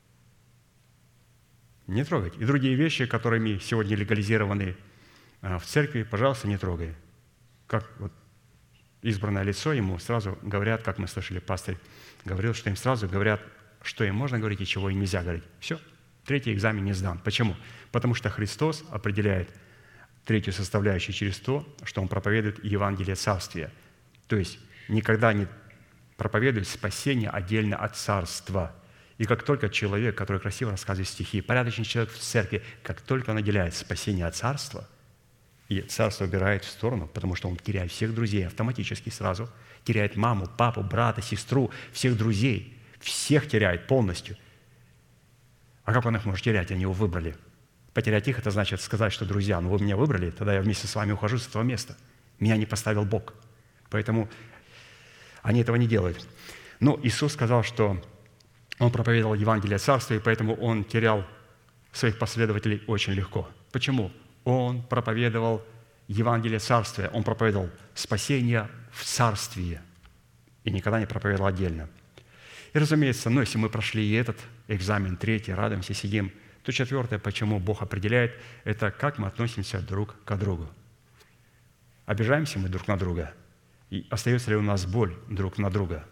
Не трогать. И другие вещи, которыми сегодня легализированы в церкви, пожалуйста, не трогай. Как вот избранное лицо, ему сразу говорят, как мы слышали, пастырь говорил, что им сразу говорят, что им можно говорить и чего им нельзя говорить. Все, третий экзамен не сдан. Почему? Потому что Христос определяет третью составляющую через то, что Он проповедует Евангелие Царствия. То есть никогда не проповедует спасение отдельно от Царства. И как только человек, который красиво рассказывает стихи, порядочный человек в церкви, как только он наделяет спасение от Царства, и Царство убирает в сторону, потому что он теряет всех друзей автоматически сразу, теряет маму, папу, брата, сестру, всех друзей, всех теряет полностью. А как он их может терять? Они его выбрали. Потерять их – это значит сказать, что, друзья, ну вы меня выбрали, тогда я вместе с вами ухожу с этого места. Меня не поставил Бог. Поэтому они этого не делают. Но Иисус сказал, что Он проповедовал Евангелие Царства, и поэтому Он терял своих последователей очень легко. Почему? Он проповедовал Евангелие Царствия, Он проповедовал спасение в Царстве и никогда не проповедовал отдельно. И, разумеется, ну, если мы прошли и этот экзамен, третий, радуемся, сидим, то четвертое, почему Бог определяет, это как мы относимся друг к другу. Обижаемся мы друг на друга? И остается ли у нас боль друг на друга?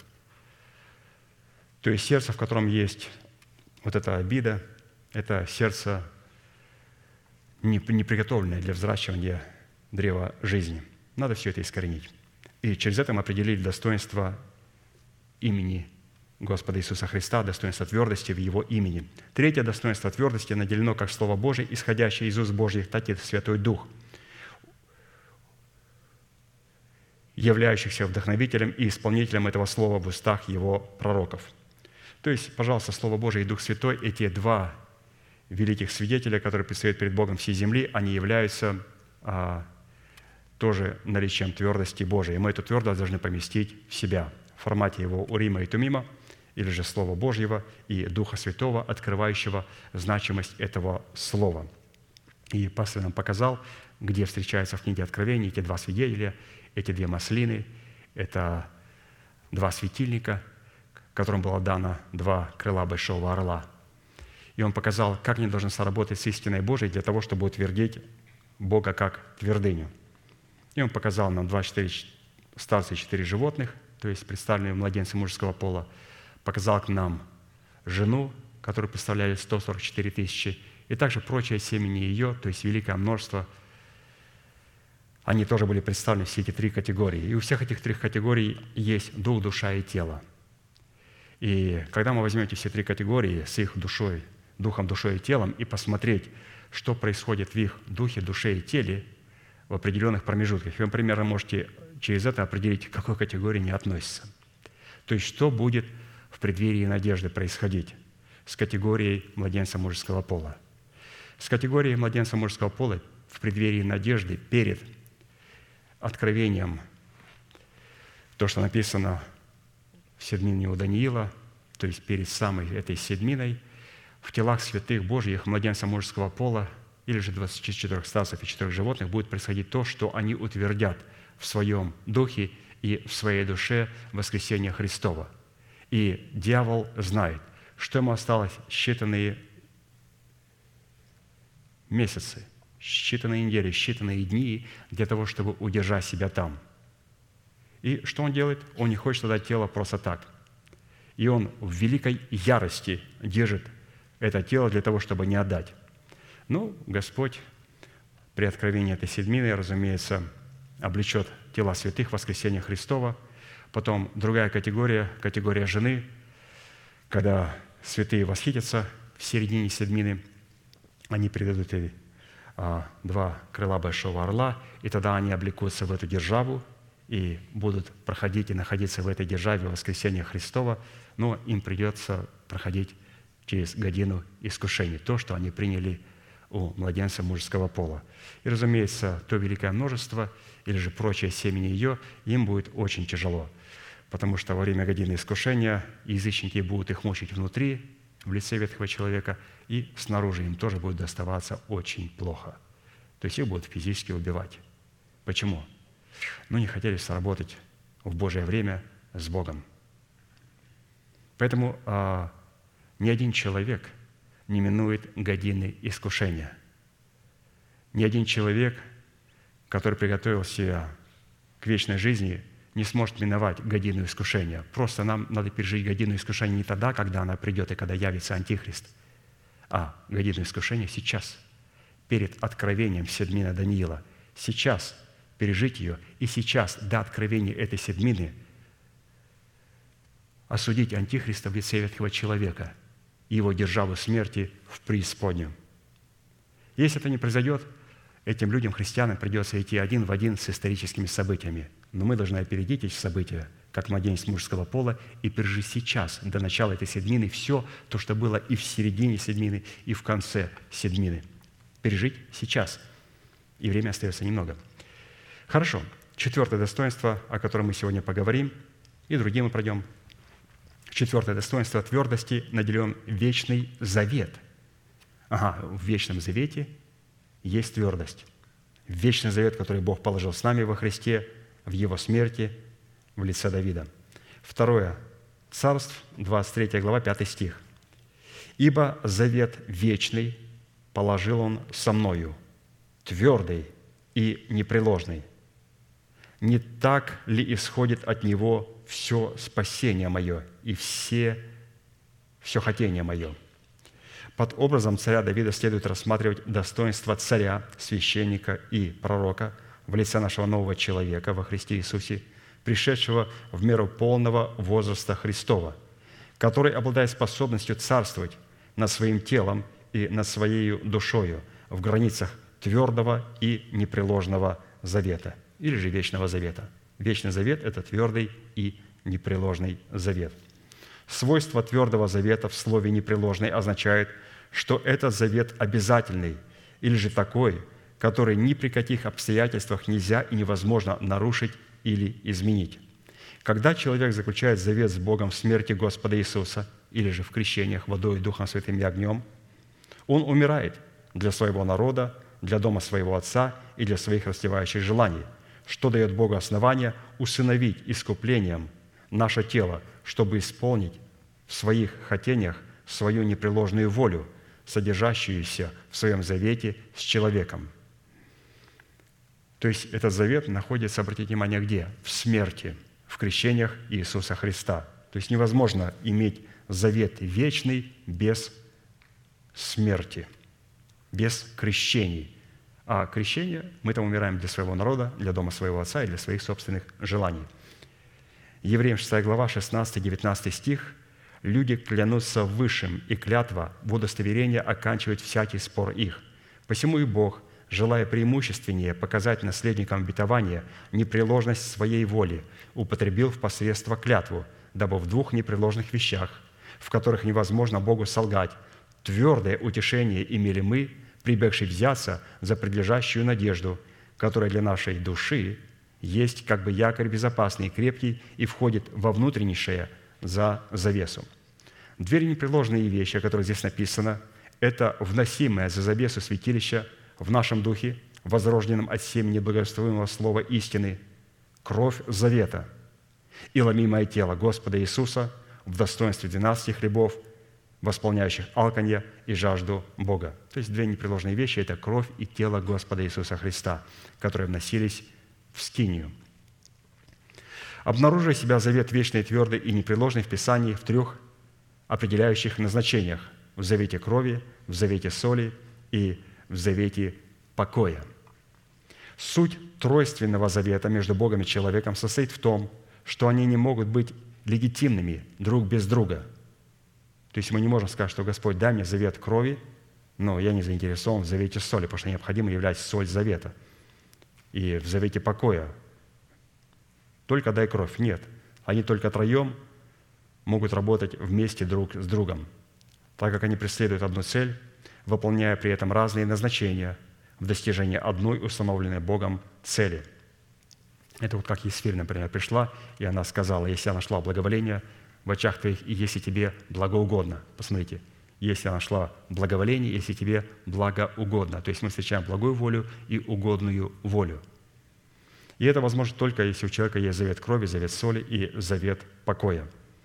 То есть сердце, в котором есть вот эта обида, это сердце, не приготовленное для взращивания древа жизни. Надо все это искоренить. И через это мы определили достоинство имени Господа Иисуса Христа, достоинство твердости в Его имени. Третье достоинство твердости наделено как Слово Божие, исходящее из уст Божьих, так и Святой Дух, являющихся вдохновителем и исполнителем этого Слова в устах Его пророков. То есть, пожалуйста, Слово Божие и Дух Святой – эти два великих свидетеля, которые предстоят перед Богом всей земли, они являются а, тоже наличием твердости Божией. И мы эту твердость должны поместить в себя в формате его Урима и Тумима, или же Слова Божьего и Духа Святого, открывающего значимость этого Слова. И пастор нам показал, где встречаются в книге Откровения эти два свидетеля, эти две маслины. Это два светильника, которым было дано два крыла большого орла. И он показал, как они должны соработать с истиной Божией для того, чтобы утвердить Бога как твердыню. И он показал нам двадцать четыре старца и четыре животных, то есть представленные младенцы мужеского пола, показал к нам жену, которую представляли сто сорок четыре тысячи, и также прочее семени ее, то есть великое множество. Они тоже были представлены, все эти три категории. И у всех этих трех категорий есть дух, душа и тело. И когда мы возьмем эти все три категории с их душой, духом, душой и телом, и посмотреть, что происходит в их духе, душе и теле в определенных промежутках, вы примерно можете через это определить, к какой категории они относятся. То есть, что будет в преддверии надежды происходить с категорией младенца мужеского пола. С категорией младенца мужеского пола в преддверии надежды перед откровением, то, что написано в седмине у Даниила, то есть перед самой этой седминой, в телах святых Божьих младенца мужеского пола или же двадцати четырёх старцев и четырех животных будет происходить то, что они утвердят в своем духе и в своей душе воскресения Христова. И дьявол знает, что ему осталось считанные месяцы, считанные недели, считанные дни для того, чтобы удержать себя там. И что он делает? Он не хочет отдать тело просто так. И он в великой ярости держит это тело для того, чтобы не отдать. Ну, Господь при откровении этой седмины, разумеется, облечет тела святых в воскресения Христова. Потом другая категория, категория жены, когда святые восхитятся в середине седмины, они предадут ей а, два крыла большого орла, и тогда они облекутся в эту державу и будут проходить и находиться в этой державе воскресения Христова, но им придется проходить через годину искушений, то, что они приняли у младенца мужеского пола. И, разумеется, то великое множество или же прочее семени ее, им будет очень тяжело, потому что во время годины искушения язычники будут их мучить внутри, в лице ветхого человека, и снаружи им тоже будет доставаться очень плохо. То есть их будут физически убивать. Почему? Ну, не хотели сработать в Божие время с Богом. Поэтому а, ни один человек не минует годины искушения. Ни один человек, который приготовил себя к вечной жизни, не сможет миновать годину искушения. Просто нам надо пережить годину искушения не тогда, когда она придет и когда явится Антихрист, а годину искушения сейчас, перед откровением седмины Даниила. Сейчас пережить ее и сейчас, до откровения этой седмины, осудить Антихриста в лице ветхого человека и его державу смерти в преисподнем. Если это не произойдет, этим людям, христианам, придется идти один в один с историческими событиями. Но мы должны опередить эти события, как младенец мужского пола, и пережить сейчас, до начала этой седмины, все то, что было и в середине седмины, и в конце седмины. Пережить сейчас. И время остается немного. Хорошо. Четвертое достоинство, о котором мы сегодня поговорим, и другие мы пройдем. Четвертое достоинство твердости наделен вечный завет. Ага, в вечном завете есть твердость. Вечный завет, который Бог положил с нами во Христе, в Его смерти, в лице Давида. Второе. Царств, двадцать третья глава, пятый стих. «Ибо завет вечный положил Он со мною, твердый и непреложный. Не так ли исходит от Него все спасение мое и все, все хотение мое?» Под образом царя Давида следует рассматривать достоинства царя, священника и пророка в лице нашего нового человека во Христе Иисусе, пришедшего в меру полного возраста Христова, который обладает способностью царствовать над своим телом и над своей душою в границах твердого и непреложного завета, или же вечного завета. Вечный завет – это твердый и непреложный завет. Свойство твердого завета в слове «непреложный» означает, что этот завет обязательный, или же такой, который ни при каких обстоятельствах нельзя и невозможно нарушить или изменить. Когда человек заключает завет с Богом в смерти Господа Иисуса, или же в крещениях водой, Духом Святым и огнем, он умирает для своего народа, для дома своего Отца и для своих растлевающих желаний, что дает Богу основание усыновить искуплением наше тело, чтобы исполнить в своих хотениях свою непреложную волю, содержащуюся в своем завете с человеком. То есть этот завет находится, обратите внимание, где? В смерти, в крещениях Иисуса Христа. То есть невозможно иметь завет вечный без смерти, без крещений. А крещение мы там умираем для своего народа, для дома своего Отца и для своих собственных желаний. Евреям шестая глава, шестнадцатый-девятнадцатый стих. «Люди клянутся высшим, и клятва в удостоверение оканчивает всякий спор их. Посему и Бог, желая преимущественнее показать наследникам обетования непреложность своей воли, употребил в посредство клятву, дабы в двух непреложных вещах, в которых невозможно Богу солгать, твердое утешение имели мы, прибегшие взяться за предлежащую надежду, которая для нашей души есть как бы якорь безопасный и крепкий и входит во внутреннейшее за завесу». Две непреложные вещи, о которых здесь написано, это вносимое за завесу святилища в нашем духе, возрожденном от семени благовествуемого слова истины, кровь завета и ломимое тело Господа Иисуса в достоинстве двенадцати хлебов, восполняющих алканье и жажду Бога. То есть две непреложные вещи – это кровь и тело Господа Иисуса Христа, которые вносились в скинию. Обнаруживая себя завет вечный, твердый и непреложный в Писании в трех определяющих назначениях – в завете крови, в завете соли и в завете покоя. Суть тройственного завета между Богом и человеком состоит в том, что они не могут быть легитимными друг без друга. То есть мы не можем сказать, что Господь, дай мне завет крови, но я не заинтересован в завете соли, потому что необходимо являть соль завета. И в завете покоя только дай кровь. Нет. Они только троем могут работать вместе друг с другом, так как они преследуют одну цель, выполняя при этом разные назначения в достижении одной установленной Богом цели. Это вот как Есфирь, например, пришла, и она сказала: «Если я нашла благоволение в очах твоих, и если тебе благоугодно». Посмотрите, если я нашла благоволение, если тебе благоугодно. То есть мы встречаем благую волю и угодную волю. И это возможно только, если у человека есть завет крови, завет соли и завет покоя.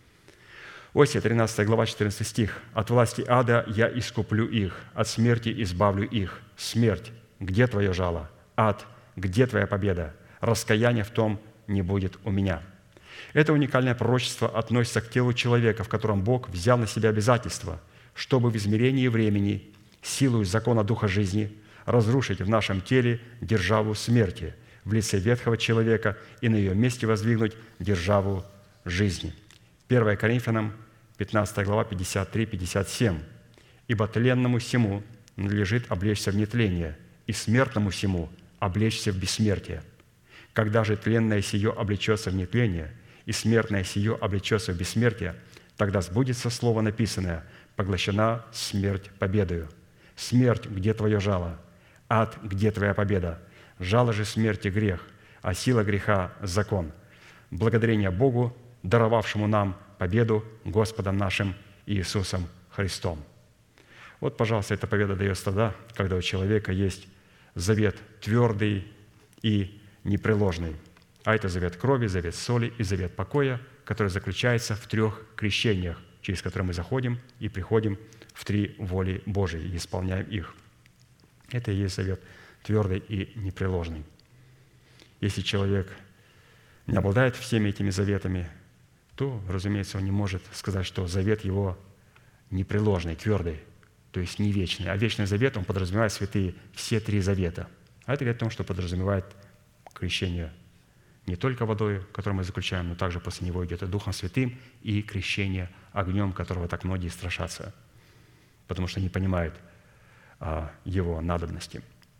Осия, тринадцатая глава, четырнадцатый стих. «От власти ада я искуплю их, от смерти избавлю их. Смерть, где твое жало? Ад, где твоя победа? Раскаяния в том не будет у меня». Это уникальное пророчество относится к телу человека, в котором Бог взял на себя обязательство, чтобы в измерении времени, силою закона Духа жизни, разрушить в нашем теле державу смерти в лице ветхого человека и на ее месте воздвигнуть державу жизни. первое Коринфянам, пятнадцатая глава, пятьдесят три пятьдесят семь. «Ибо тленному сему надлежит облечься в нетление, и смертному сему облечься в бессмертие. Когда же тленное сие облечется в нетление, и смертное сие облечется в бессмертие, тогда сбудется слово написанное: поглощена смерть победою. Смерть, где твое жало? Ад, где твоя победа? Жало же смерти грех, а сила греха закон. Благодарение Богу, даровавшему нам победу Господом нашим Иисусом Христом». Вот, пожалуйста, эта победа дается тогда, когда у человека есть завет твердый и непреложный. А это завет крови, завет соли и завет покоя, который заключается в трех крещениях, через которые мы заходим и приходим в три воли Божьей и исполняем их. Это и есть завет твердый и непреложный. Если человек не обладает всеми этими заветами, то, разумеется, он не может сказать, что завет его непреложный, твердый, то есть не вечный. А вечный завет, он подразумевает, святые, все три завета. А это говорит о том, что подразумевает крещение не только водой, которую мы заключаем, но также после него идет и Духом Святым, и крещение огнем, которого так многие страшатся, потому что не понимают а, его надобности.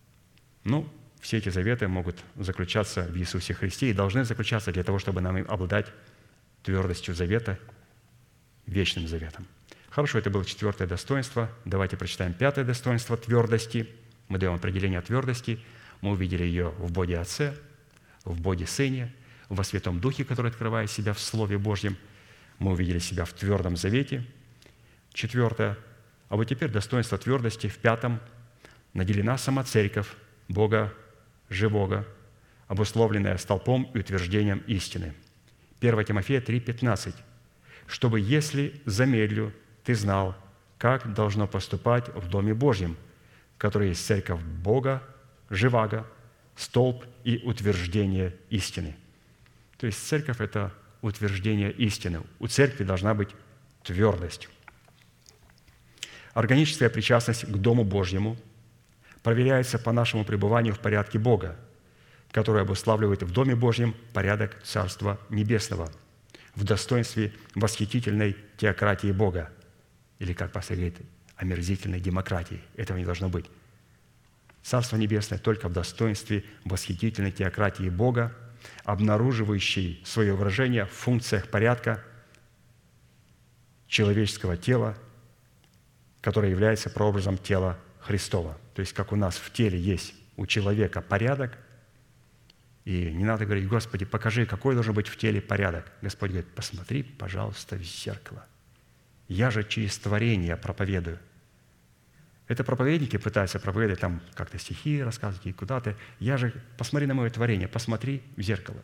Ну, все эти заветы могут заключаться в Иисусе Христе и должны заключаться для того, чтобы нам обладать твердостью завета, вечным заветом. Хорошо, это было четвертое достоинство. Давайте прочитаем пятое достоинство твердости. Мы даем определение твердости. Мы увидели ее в Боге Отце, в Боге Сыне, во Святом Духе, который открывает себя в Слове Божьем. Мы увидели себя в Твердом Завете. Четвертое. А вот теперь достоинство твердости в пятом. Наделена сама Церковь Бога Живого, обусловленная столпом и утверждением истины. первое Тимофея три пятнадцать. «Чтобы, если замедлю, ты знал, как должно поступать в Доме Божьем, который есть Церковь Бога Живаго, столб и утверждение истины». То есть Церковь – это утверждение истины. У Церкви должна быть твердость. Органическая причастность к Дому Божьему проверяется по нашему пребыванию в порядке Бога, который обуславливает в Доме Божьем порядок Царства Небесного, в достоинстве восхитительной теократии Бога, или, как пастор говорит, омерзительной демократии. Этого не должно быть. Царство Небесное только в достоинстве восхитительной теократии Бога, обнаруживающей свое выражение в функциях порядка человеческого тела, которое является прообразом тела Христова. То есть, как у нас в теле есть у человека порядок, и не надо говорить: «Господи, покажи, какой должен быть в теле порядок». Господь говорит: «Посмотри, пожалуйста, в зеркало. Я же через творение проповедую». Это проповедники пытаются проповедовать, там как-то стихи рассказывать и куда-то. Я же, посмотри на мое творение, посмотри в зеркало.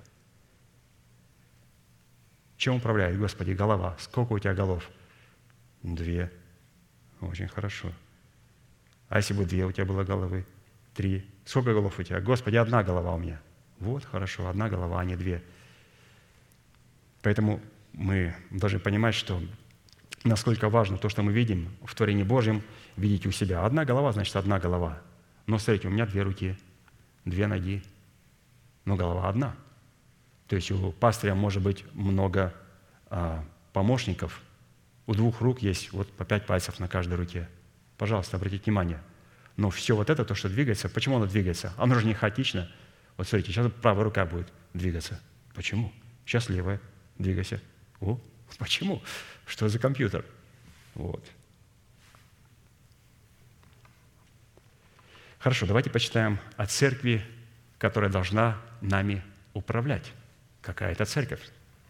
Чем управляет, Господи, голова? Сколько у тебя голов? Две. Очень хорошо. А если бы две у тебя было головы? Три. Сколько голов у тебя? Господи, одна голова у меня. Вот, хорошо, одна голова, а не две. Поэтому мы должны понимать, что насколько важно то, что мы видим в творении Божьем, видеть у себя. Одна голова, значит, одна голова. Но смотрите, у меня две руки, две ноги, но голова одна. То есть у пастыря может быть много а, помощников. У двух рук есть вот по пять пальцев на каждой руке. Пожалуйста, обратите внимание. Но все вот это, то, что двигается, почему оно двигается? Оно же не хаотично. Вот смотрите, сейчас правая рука будет двигаться. Почему? Сейчас левая. Двигайся. О, почему? Что за компьютер? Вот. Хорошо, давайте почитаем о церкви, которая должна нами управлять. Какая это церковь?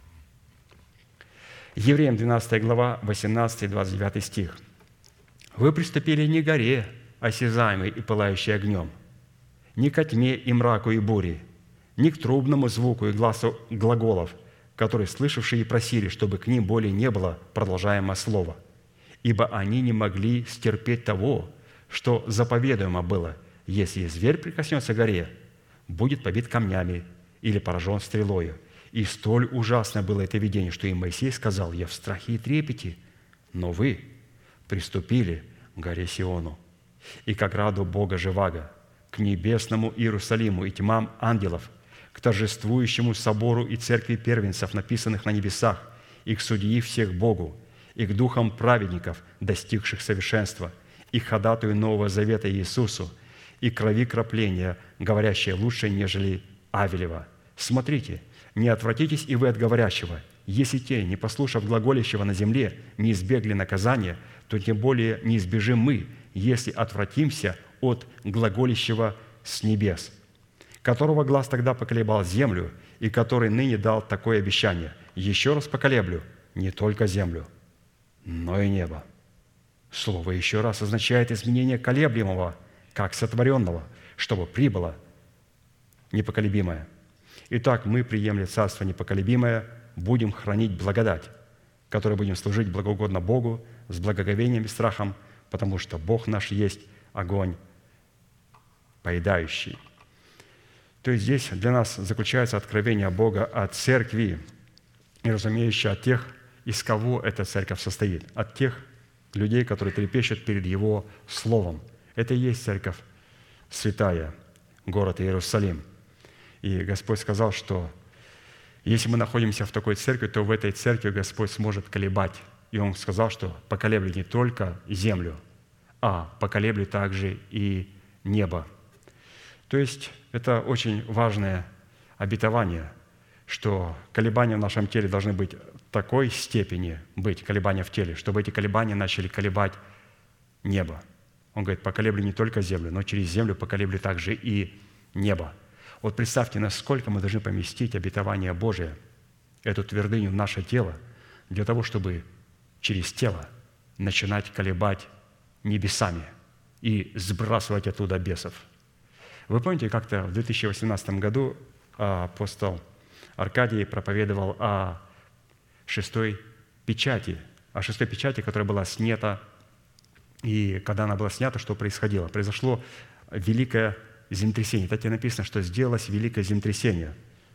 Евреям двенадцатая глава, восемнадцатый и двадцать девятый стих. «Вы приступили не к горе, осязаемой и пылающей огнем, ни ко тьме и мраку и буре, ни к трубному звуку и гласу глаголов, которые слышавшие просили, чтобы к ним более не было продолжаемого слова, ибо они не могли стерпеть того, что заповедуемо было: если зверь прикоснется к горе, будет побит камнями или поражен стрелою. И столь ужасно было это видение, что и Моисей сказал: я в страхе и трепете, но вы приступили к горе Сиону и к ограду Бога Живаго, к небесному Иерусалиму и тьмам ангелов, к торжествующему собору и церкви первенцев, написанных на небесах, и к судьи всех Богу, и к духам праведников, достигших совершенства, и к ходатаю Нового Завета Иисусу, и к крови крапления, говорящей лучше, нежели Авелева. Смотрите, не отвратитесь и вы от говорящего. Если те, не послушав глаголящего на земле, не избегли наказания, то тем более не избежим мы, если отвратимся от глаголящего с небес, которого глаз тогда поколебал землю, и который ныне дал такое обещание: еще раз поколеблю не только землю, но и небо». Слово «еще раз» означает изменение колеблемого, как сотворенного, чтобы прибыло непоколебимое. Итак, мы, приемля Царство непоколебимое, будем хранить благодать, которой будем служить благоугодно Богу с благоговением и страхом, потому что Бог наш есть огонь поедающий. То есть здесь для нас заключается откровение Бога о церкви, и, разумеется, от тех, из кого эта церковь состоит, от тех людей, которые трепещут перед Его Словом. Это и есть церковь святая, город Иерусалим. И Господь сказал, что если мы находимся в такой церкви, то в этой церкви Господь сможет колебать. И Он сказал, что поколеблет не только землю, а поколеблет также и небо. То есть это очень важное обетование, что колебания в нашем теле должны быть такой степени, быть колебания в теле, чтобы эти колебания начали колебать небо. Он говорит, поколебли не только землю, но через землю поколебли также и небо. Вот представьте, насколько мы должны поместить обетование Божие, эту твердыню в наше тело, для того, чтобы через тело начинать колебать небесами и сбрасывать оттуда бесов. Вы помните, как-то в две тысячи восемнадцатом году апостол Аркадий проповедовал о шестой печати, о шестой печати, которая была снята. И когда она была снята, что происходило? Произошло великое землетрясение. Так и написано, что сделалось великое землетрясение.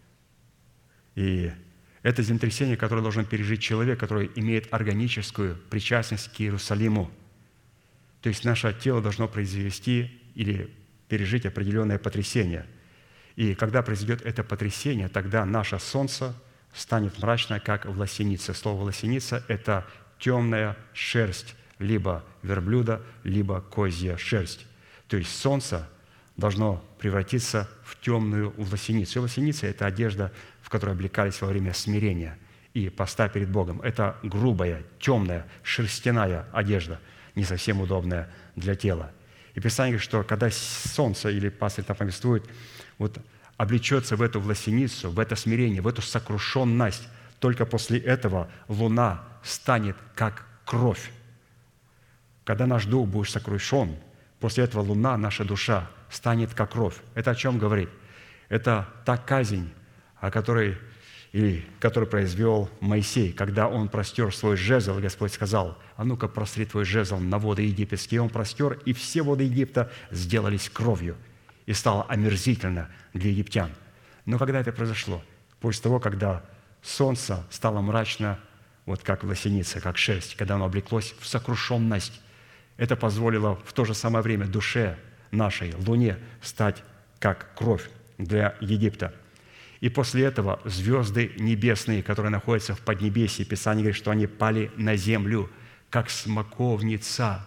И это землетрясение, которое должен пережить человек, который имеет органическую причастность к Иерусалиму. То есть наше тело должно произвести или пережить определенное потрясение. И когда произойдет это потрясение, тогда наше солнце станет мрачно, как власеница. Слово «власеница» – это темная шерсть, либо верблюда, либо козья шерсть. То есть солнце должно превратиться в темную власеницу. И власеница – это одежда, в которой облекались во время смирения и поста перед Богом. Это грубая, темная, шерстяная одежда, не совсем удобная для тела. И Писание говорит, что когда солнце, или пастырь там повествует, вот облечется в эту власеницу, в это смирение, в эту сокрушенность, только после этого луна станет как кровь. Когда наш дух будет сокрушен, после этого луна, наша душа, станет как кровь. Это о чем говорит? Это та казнь, о которой, или, которую произвел Моисей, когда он простер свой жезл, и Господь сказал, а ну-ка простри твой жезл на воды египетские. И он простер, и все воды Египта сделались кровью, и стало омерзительно для египтян. Но когда это произошло? После того, когда солнце стало мрачно, вот как власеница, как шерсть, когда оно облеклось в сокрушенность, это позволило в то же самое время душе нашей, луне, стать как кровь для Египта. И после этого звезды небесные, которые находятся в Поднебесье, Писание говорит, что они пали на землю, как смоковница,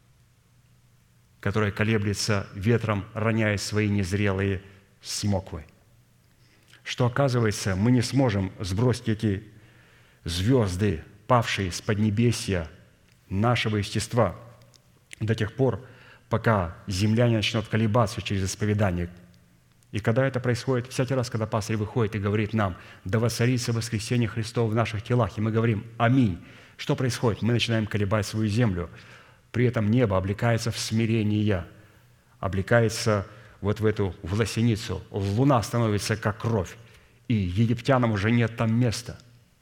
которая колеблется ветром, роняя свои незрелые смоквы. Что, оказывается, мы не сможем сбросить эти звезды, павшие с Поднебесья нашего естества, до тех пор, пока земля не начнет колебаться через исповедание. И когда это происходит, всякий раз, когда пастырь выходит и говорит нам, да воцарится воскресение Христово в наших телах, и мы говорим «Аминь», что происходит? Мы начинаем колебать свою землю. При этом небо облекается в смирение, облекается вот в эту власеницу. Луна становится как кровь, и египтянам уже нет там места.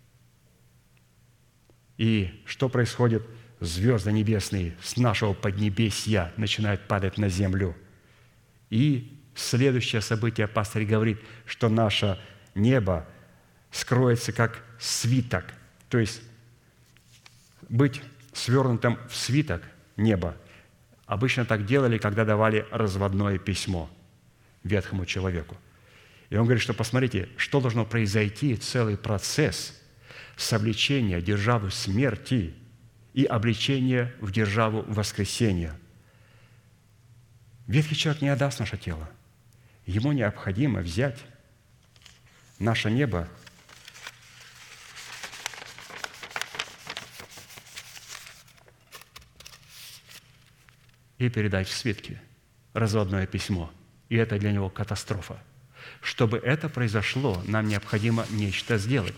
И что происходит? Звезды небесные с нашего поднебесья начинают падать на землю. И следующее событие, пастырь говорит, что наше небо скроется как свиток. То есть быть свернутым в свиток неба обычно так делали, когда давали разводное письмо ветхому человеку. И он говорит, что посмотрите, что должно произойти, целый процесс совлечения державы смерти и обличения в державу воскресения. Ветхий человек не отдаст наше тело. Ему необходимо взять наше небо и передать в свитки разводное письмо. И это для него катастрофа. Чтобы это произошло, нам необходимо нечто сделать.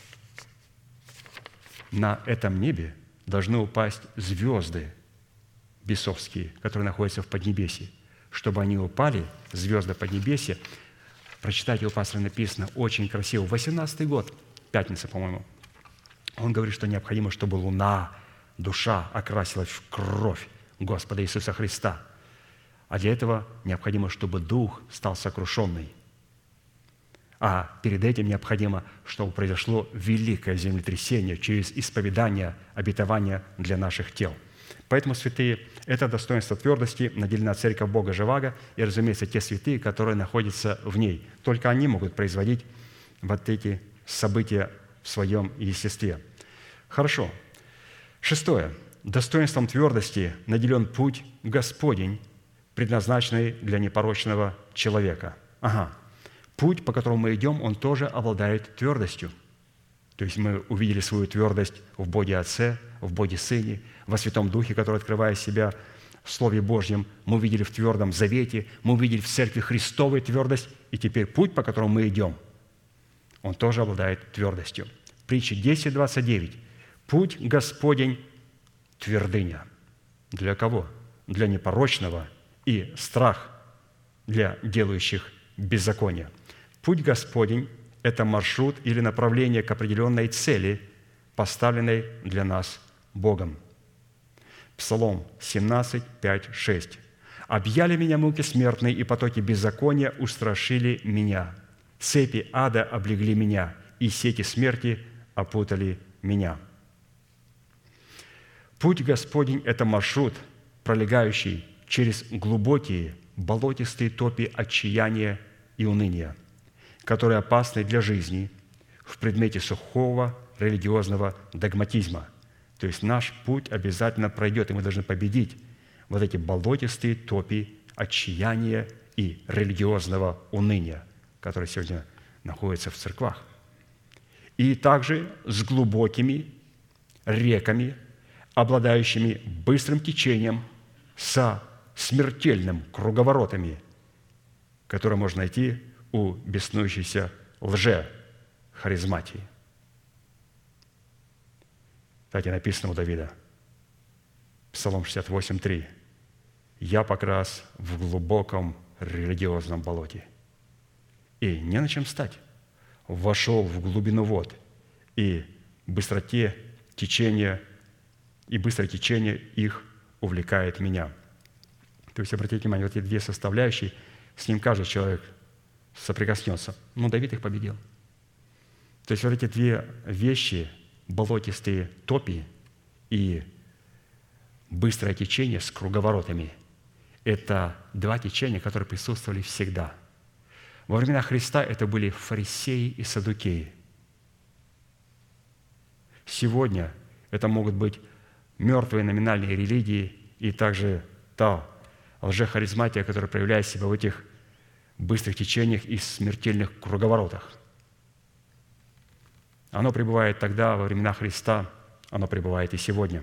На этом небе должны упасть звезды бесовские, которые находятся в Поднебесье. Чтобы они упали, звезды Поднебесья, прочитайте, у пастора написано очень красиво. восемнадцатый год, пятница, по-моему, он говорит, что необходимо, чтобы луна, душа окрасилась в кровь Господа Иисуса Христа. А для этого необходимо, чтобы дух стал сокрушенный. А перед этим необходимо, чтобы произошло великое землетрясение через исповедание обетования для наших тел. Поэтому, святые, это достоинство твердости наделена Церковь Бога Живаго и, разумеется, те святые, которые находятся в ней. Только они могут производить вот эти события в своем естестве. Хорошо. Шестое. Достоинством твердости наделен путь Господень, предназначенный для непорочного человека. Ага. Путь, по которому мы идем, он тоже обладает твердостью. То есть мы увидели свою твердость в Боге Отце, в Боге Сыне, во Святом Духе, который, открывая себя в Слове Божьем, мы увидели в Твердом Завете, мы увидели в Церкви Христовой твердость, и теперь путь, по которому мы идем, он тоже обладает твердостью. Притча десять двадцать девять. «Путь Господень – твердыня». Для кого? Для непорочного, и страх для делающих беззаконие. Путь Господень – это маршрут или направление к определенной цели, поставленной для нас Богом. Псалом семнадцать, пять, шесть. «Объяли меня муки смертные, и потоки беззакония устрашили меня. Цепи ада облегли меня, и сети смерти опутали меня». Путь Господень – это маршрут, пролегающий через глубокие, болотистые топи отчаяния и уныния, которые опасны для жизни в предмете сухого религиозного догматизма. То есть наш путь обязательно пройдет, и мы должны победить вот эти болотистые топи отчаяния и религиозного уныния, которые сегодня находятся в церквах. И также с глубокими реками, обладающими быстрым течением, со смертельным круговоротами, которые можно найти у беснующейся лже-харизматии. Так и написано у Давида, Псалом шестьдесят восемь, три. «Я покрас в глубоком религиозном болоте, и не на чем стать. Вошел в глубину вод, и быстроте течения, и быстрое течение их увлекает меня». То есть, обратите внимание, вот эти две составляющие, с ним каждый человек соприкоснется. Но Давид их победил. То есть, вот эти две вещи, болотистые топи и быстрое течение с круговоротами, это два течения, которые присутствовали всегда. Во времена Христа это были фарисеи и саддукеи. Сегодня это могут быть мертвые номинальные религии и также та лжехаризматия, которая проявляет себя в этих быстрых течениях и смертельных круговоротах. Оно пребывает тогда, во времена Христа, оно пребывает и сегодня.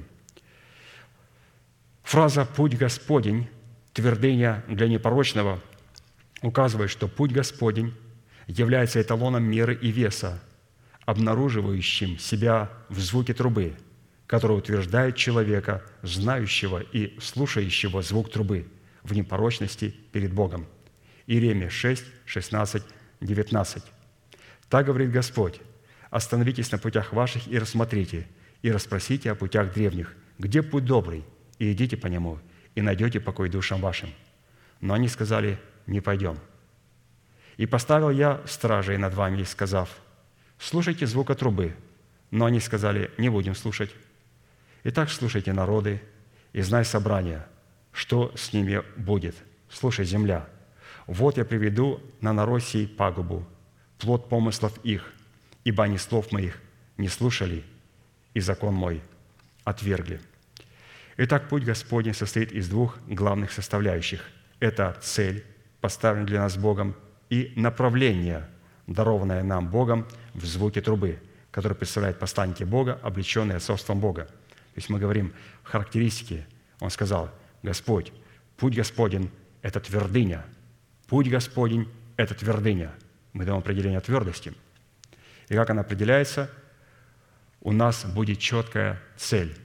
Фраза «путь Господень», твердыня для непорочного, указывает, что путь Господень является эталоном меры и веса, обнаруживающим себя в звуке трубы, который утверждает человека, знающего и слушающего звук трубы в непорочности перед Богом. Иеремия шесть, шестнадцать, девятнадцать. «Так говорит Господь: остановитесь на путях ваших и рассмотрите, и расспросите о путях древних, где путь добрый, и идите по нему, и найдете покой душам вашим». Но они сказали: «Не пойдем». «И поставил я стражей над вами, сказав: слушайте звука трубы». Но они сказали: «Не будем слушать». «Итак, слушайте, народы, и знай собрание, что с ними будет. Слушай, земля, вот я приведу на народ сей пагубу, плод помыслов их, ибо они слов моих не слушали, и закон мой отвергли». Итак, путь Господень состоит из двух главных составляющих. Это цель, поставленная для нас Богом, и направление, дарованное нам Богом в звуке трубы, который представляет посланники Бога, облеченные отцовством Бога. То есть мы говорим характеристики. Он сказал: Господь, путь Господень – это твердыня. Путь Господень – это твердыня. Мы даем определение твердости. И как она определяется? У нас будет четкая цель.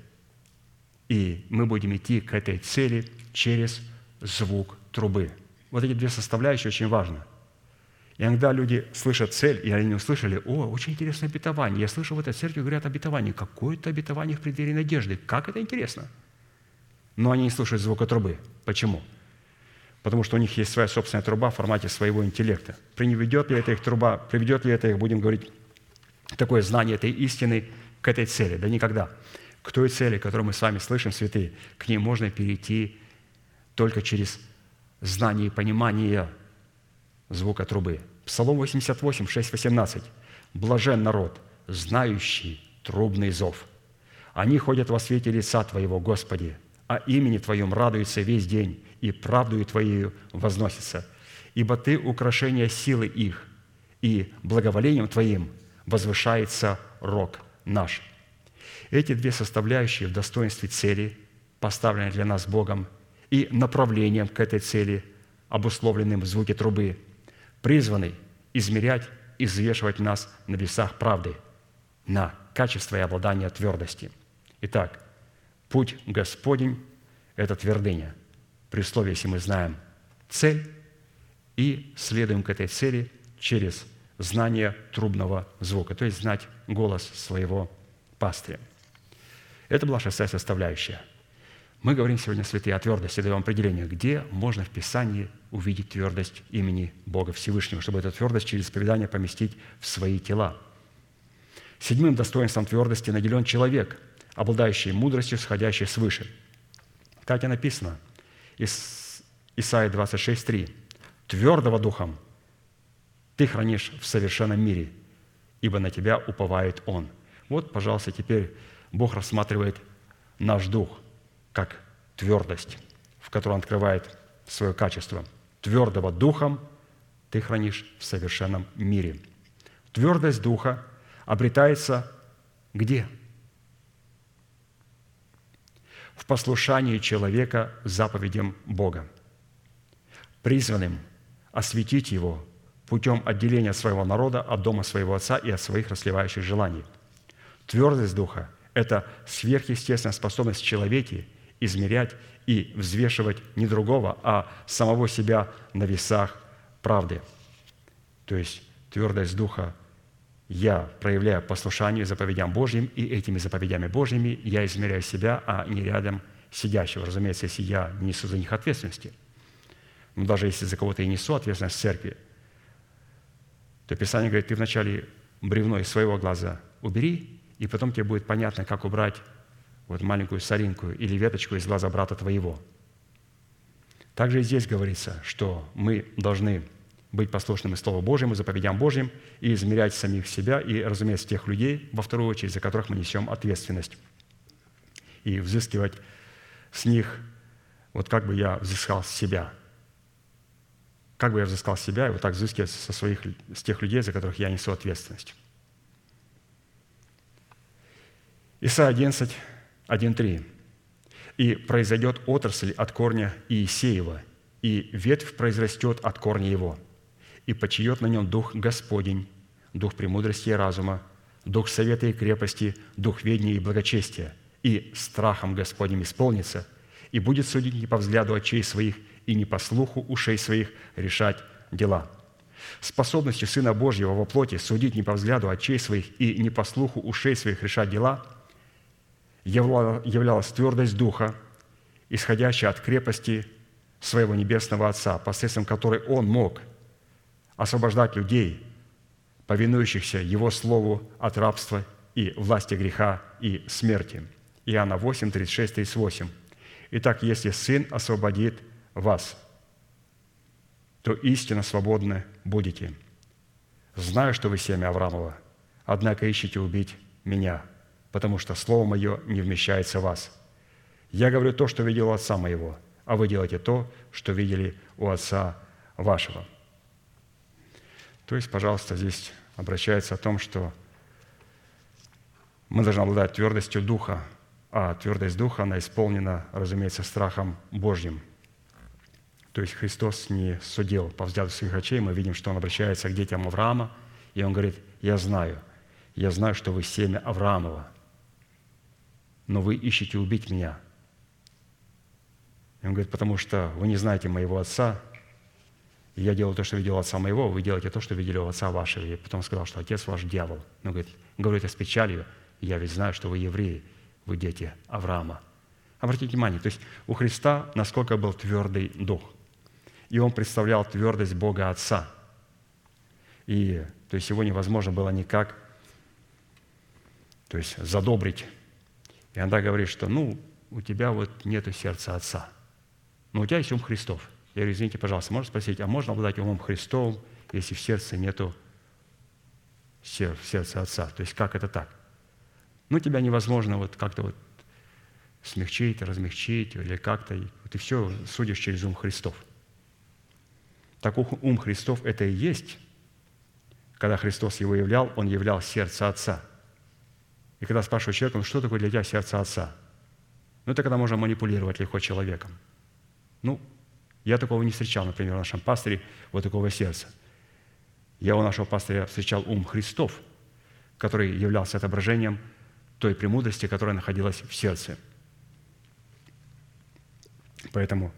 И мы будем идти к этой цели через звук трубы. Вот эти две составляющие очень важны. Иногда люди слышат цель, и они не услышали: «О, очень интересное обетование. Я слышу, в этой церкви говорят о обетовании. Какое-то обетование в преддверии надежды. Как это интересно!» Но они не слушают звука трубы. Почему? Потому что у них есть своя собственная труба в формате своего интеллекта. Приведет ли эта их труба, приведет ли это их, будем говорить, такое знание этой истины к этой цели? Да никогда. К той цели, которую мы с вами слышим, святые, к ней можно перейти только через знание и понимание звука трубы. Псалом восемьдесят восемь, шесть, восемнадцать. «Блажен народ, знающий трубный зов. Они ходят во свете лица Твоего, Господи, а имени Твоем радуются весь день, и правдою Твоею возносятся. Ибо Ты украшение силы их, и благоволением Твоим возвышается рог наш». Эти две составляющие в достоинстве цели, поставленной для нас Богом, и направлением к этой цели, обусловленным в звуке трубы, призваны измерять и взвешивать нас на весах правды, на качество и обладание твердости. Итак, путь Господень – это твердыня, при условии, если мы знаем цель и следуем к этой цели через знание трубного звука, то есть знать голос своего пастыря. Это была шестая составляющая. Мы говорим сегодня, святые, о твердости, даем определение, где можно в Писании увидеть твердость имени Бога Всевышнего, чтобы эту твердость через исповедание поместить в свои тела. Седьмым достоинством твердости наделен человек, обладающий мудростью, сходящей свыше. Так и написано, Исайя двадцать шесть три. «Твердого духом ты хранишь в совершенном мире, ибо на тебя уповает Он». Вот, пожалуйста, теперь Бог рассматривает наш дух как твердость, в которой Он открывает свое качество. «Твердого духом ты хранишь в совершенном мире». Твердость духа обретается где? В послушании человека заповедям Бога, призванным осветить его путем отделения своего народа от дома своего отца и от своих расслевающих желаний. Твердость духа – это сверхъестественная способность в человеке измерять и взвешивать не другого, а самого себя на весах правды. То есть твердость духа я проявляю послушание заповедям Божьим, и этими заповедями Божьими я измеряю себя, а не рядом сидящего. Разумеется, если я не несу за них ответственности. Но даже если за кого-то и несу ответственность в церкви, то Писание говорит, ты вначале бревно из своего глаза убери, и потом тебе будет понятно, как убрать вот маленькую соринку или веточку из глаза брата твоего. Также и здесь говорится, что мы должны быть послушными Слову Божьему, заповедям Божьим и измерять самих себя и, разумеется, тех людей, во вторую очередь, за которых мы несем ответственность. И взыскивать с них, вот как бы я взыскал с себя. Как бы я взыскал с себя, и вот так взыскивать со своих, с тех людей, за которых я несу ответственность. Исайя одиннадцать, один три. «И произойдет отрасль от корня Иисеева, и ветвь произрастет от корня его, и почиет на нем Дух Господень, Дух премудрости и разума, Дух совета и крепости, Дух ведения и благочестия, и страхом Господним исполнится, и будет судить не по взгляду очей своих и не по слуху ушей своих решать дела». Способностью Сына Божьего во плоти судить не по взгляду очей своих и не по слуху ушей своих решать дела являлась твердость Духа, исходящая от крепости своего Небесного Отца, посредством которой Он мог освобождать людей, повинующихся Его Слову от рабства и власти греха и смерти. Иоанна восемь, тридцать шесть, тридцать восемь. «Итак, если Сын освободит вас, то истинно свободны будете. Знаю, что вы семя Авраамова, однако ищете убить меня, потому что Слово Мое не вмещается в вас. Я говорю то, что видел у Отца Моего, а вы делаете то, что видели у Отца вашего». То есть, пожалуйста, здесь обращается о том, что мы должны обладать твердостью Духа, а твердость Духа, она исполнена, разумеется, страхом Божьим. То есть Христос не судил по взгляду своих очей, мы видим, что Он обращается к детям Авраама, и Он говорит, «Я знаю, я знаю, что вы семя Авраамова, но вы ищете убить меня». И Он говорит, «Потому что вы не знаете моего Отца, и я делаю то, что видел у Отца моего, вы делаете то, что видели у Отца вашего». И потом сказал, что Отец ваш дьявол. Он говорит, говорю это с печалью, я ведь знаю, что вы евреи, вы дети Авраама. Обратите внимание, то есть у Христа насколько был твердый дух. И Он представлял твердость Бога Отца. И то есть Его невозможно было никак, то есть задобрить. И иногда говорит, что ну, у тебя вот нету сердца Отца, но у тебя есть ум Христов. Я говорю, извините, пожалуйста, можно спросить, а можно обладать умом Христовым, если в сердце нету сердца Отца? То есть как это так? Ну, тебя невозможно вот как-то вот смягчить, размягчить или как-то. Вот и все судишь через ум Христов. Так ум Христов – это и есть когда Христос его являл, Он являл сердце Отца. И когда спрашивают человека, ну что такое для тебя сердце Отца? Ну, это когда можно манипулировать легко человеком. Ну, я такого не встречал, например, в нашем пастыре, вот такого сердца. Я у нашего пастыря встречал ум Христов, который являлся отображением той премудрости, которая находилась в сердце. Поэтому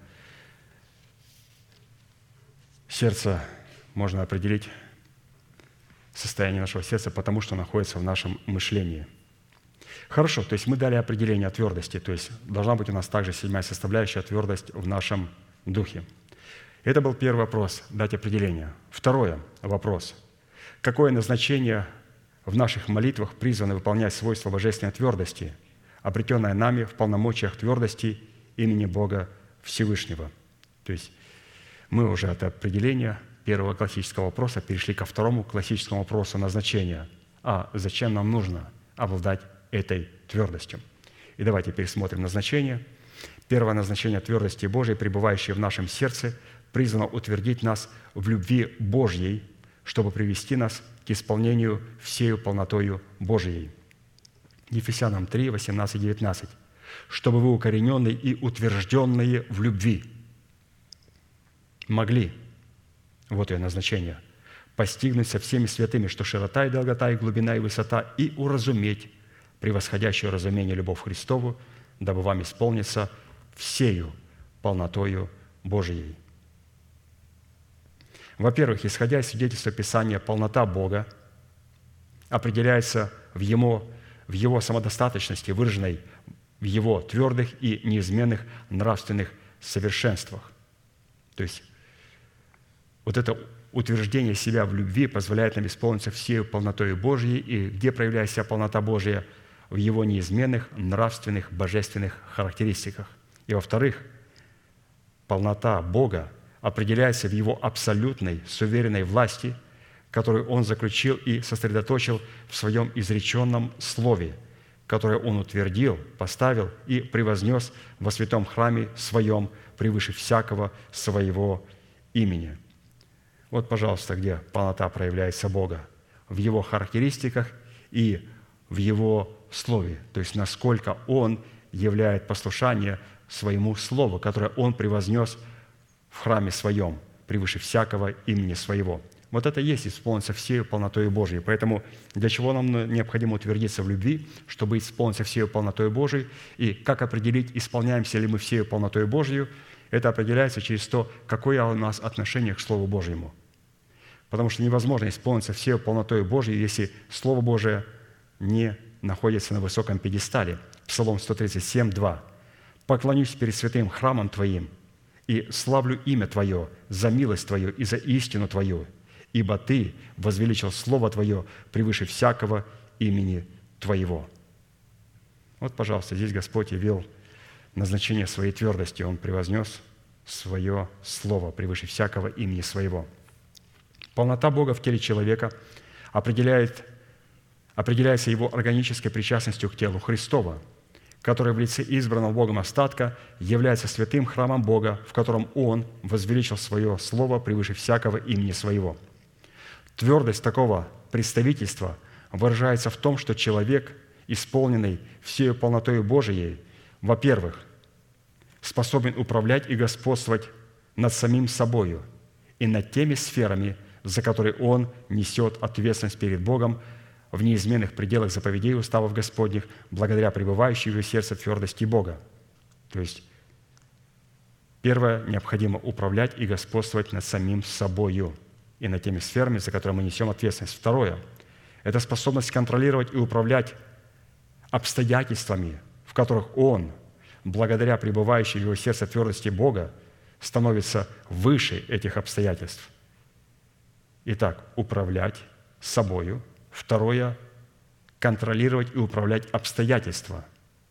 сердце можно определить, состояние нашего сердца, потому что находится в нашем мышлении. Хорошо, то есть мы дали определение о твердости, то есть должна быть у нас также седьмая составляющая твердость в нашем духе. Это был первый вопрос, дать определение. Второй вопрос. Какое назначение в наших молитвах призвано выполнять свойства божественной твердости, обретенное нами в полномочиях твердости имени Бога Всевышнего? То есть мы уже от определения первого классического вопроса перешли ко второму классическому вопросу назначения. А зачем нам нужно обладать этой твердостью? И давайте пересмотрим назначение. Первое назначение твердости Божией, пребывающей в нашем сердце, призвано утвердить нас в любви Божьей, чтобы привести нас к исполнению всею полнотою Божией. Ефесянам три, восемнадцать, девятнадцать. «Чтобы вы, укорененные и утвержденные в любви, могли, вот ее назначение, постигнуть со всеми святыми, что широта и долгота, и глубина, и высота, и уразуметь превосходящее разумение любовь Христову, дабы вам исполниться всею полнотою Божией». Во-первых, исходя из свидетельства Писания, полнота Бога определяется в Его, в Его самодостаточности, выраженной в Его твердых и неизменных нравственных совершенствах. То есть вот это утверждение себя в любви позволяет нам исполниться всею полнотой Божьей, и где проявляет себя полнота Божья? В Его неизменных нравственных божественных характеристиках. И во-вторых, полнота Бога определяется в Его абсолютной, суверенной власти, которую Он заключил и сосредоточил в Своем изреченном Слове, которое Он утвердил, поставил и превознес во святом храме Своем превыше всякого Своего имени. Вот, пожалуйста, где полнота проявляется Бога. В Его характеристиках и в Его Слове. То есть, насколько Он являет послушание Своему Слову, которое Он превознес в храме Своем, превыше всякого имени Своего. Вот это и есть исполниться всею полнотой Божией. Поэтому для чего нам необходимо утвердиться в любви, чтобы исполниться всею полнотой Божией? И как определить, исполняемся ли мы всею полнотой Божией? Это определяется через то, какое у нас отношение к Слову Божьему. Потому что невозможно исполниться всею полнотой Божией, если Слово Божие не находится на высоком пьедестале. Псалом сто тридцать семь, два. «Поклонюсь перед святым храмом Твоим и славлю имя Твое за милость Твою и за истину Твою, ибо Ты возвеличил Слово Твое превыше всякого имени Твоего». Вот, пожалуйста, здесь Господь явил назначение своей твердости. Он превознес свое Слово превыше всякого имени Своего. Полнота Бога в теле человека определяет, определяется Его органической причастностью к телу Христова, который в лице избранного Богом остатка является святым храмом Бога, в котором Он возвеличил Свое Слово превыше всякого имени Своего. Твердость такого представительства выражается в том, что человек, исполненный всею полнотой Божией, во-первых, способен управлять и господствовать над самим собою и над теми сферами, за которые он несет ответственность перед Богом в неизменных пределах заповедей и уставов Господних, благодаря пребывающей в его сердце твердости Бога. То есть, первое, необходимо управлять и господствовать над самим собою и над теми сферами, за которые мы несем ответственность. Второе – это способность контролировать и управлять обстоятельствами, в которых он, благодаря пребывающей в его сердце твердости Бога, становится выше этих обстоятельств. Итак, управлять собою. Второе – контролировать и управлять обстоятельства,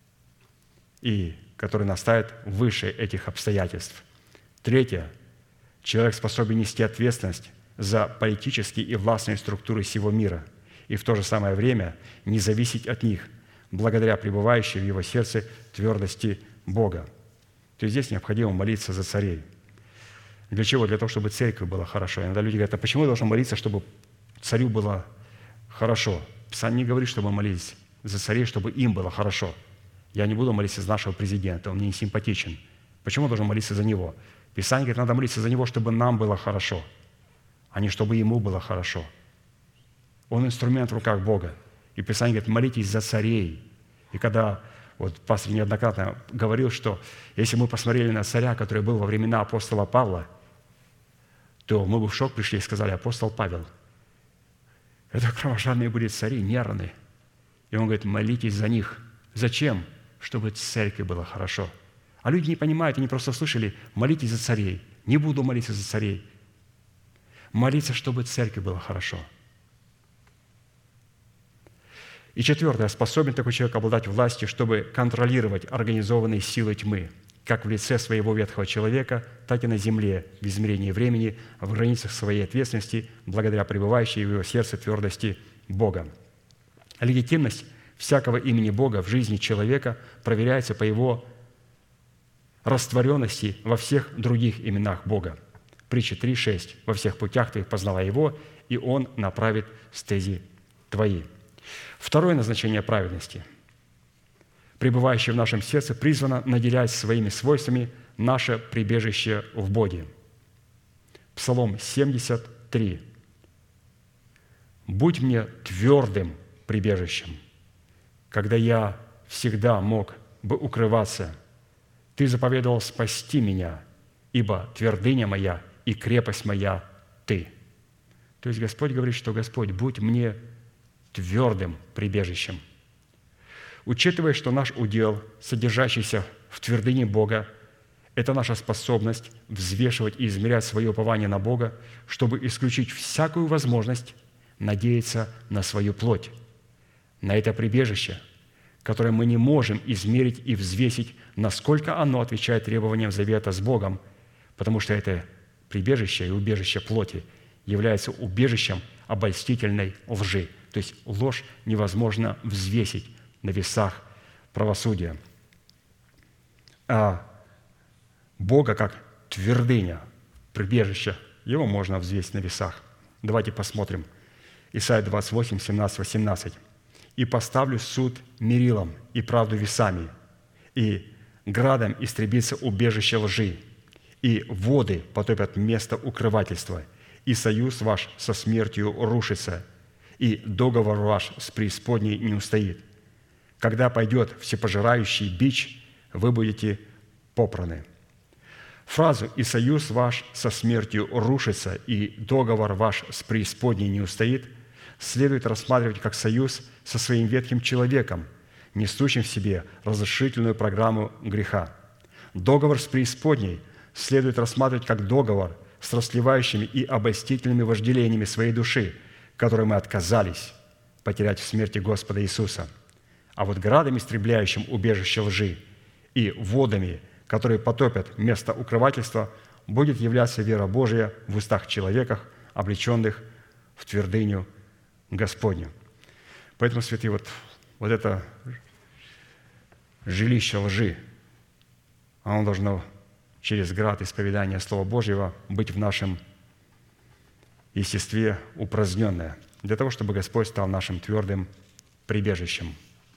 и которые нас ставят выше этих обстоятельств. Третье – человек способен нести ответственность за политические и властные структуры сего мира и в то же самое время не зависеть от них, благодаря пребывающей в его сердце твердости Бога. То есть здесь необходимо молиться за царей. Для чего? Для того, чтобы церковь была хорошо. Иногда люди говорят, а почему я должен молиться, чтобы царю было хорошо. Писание не говорит, чтобы мы молились за царей, чтобы им было хорошо. Я не буду молиться за нашего президента, он мне не симпатичен. Почему я должен молиться за него? Писание говорит, надо молиться за него, чтобы нам было хорошо, а не чтобы ему было хорошо. Он инструмент в руках Бога. И Писание говорит, молитесь за царей. И когда вот пастор неоднократно говорил, что если мы посмотрели на царя, который был во времена апостола Павла, то мы бы в шок пришли и сказали, апостол Павел, это кровожадные были цари, нервные. И он говорит, молитесь за них. Зачем? Чтобы церкви было хорошо. А люди не понимают, они просто слышали, молитесь за царей. Не буду молиться за царей. Молиться, чтобы церкви было хорошо. И четвертое. Способен такой человек обладать властью, чтобы контролировать организованные силы тьмы, как в лице своего ветхого человека, так и на земле, в измерении времени, в границах своей ответственности, благодаря пребывающей в его сердце твердости Бога. Легитимность всякого имени Бога в жизни человека проверяется по его растворенности во всех других именах Бога. Притча три шесть. «Во всех путях твоих познала Его, и Он направит стези твои». Второе назначение праведности, пребывающее в нашем сердце, призвано наделять своими свойствами наше прибежище в Боге. Псалом семьдесят три. «Будь мне твердым прибежищем, когда я всегда мог бы укрываться. Ты заповедовал спасти меня, ибо твердыня моя и крепость моя Ты». То есть Господь говорит, что «Господь, будь мне твердым прибежищем». Учитывая, что наш удел, содержащийся в твердыне Бога, это наша способность взвешивать и измерять свое упование на Бога, чтобы исключить всякую возможность надеяться на свою плоть, на это прибежище, которое мы не можем измерить и взвесить, насколько оно отвечает требованиям завета с Богом, потому что это прибежище и убежище плоти является убежищем обольстительной лжи. То есть ложь невозможно взвесить на весах правосудия. А Бога как твердыня, прибежище, его можно взвесить на весах. Давайте посмотрим. Исайя двадцать восемь, семнадцать, восемнадцать. «И поставлю суд мерилом и правду весами, и градом истребится убежище лжи, и воды потопят место укрывательства, и союз ваш со смертью рушится, и договор ваш с преисподней не устоит. Когда пойдет всепожирающий бич, вы будете попраны». Фразу «и союз ваш со смертью рушится, и договор ваш с преисподней не устоит» следует рассматривать как союз со своим ветхим человеком, несущим в себе разрушительную программу греха. Договор с преисподней следует рассматривать как договор с расливающими и обольстительными вожделениями своей души, которые мы отказались потерять в смерти Господа Иисуса. А вот градом, истребляющим убежище лжи, и водами, которые потопят место укрывательства, будет являться вера Божия в устах человеках, облеченных в твердыню Господню. Поэтому, святые, вот, вот это жилище лжи, оно должно через град исповедания Слова Божьего быть в нашем естестве упраздненное, для того, чтобы Господь стал нашим твердым прибежищем.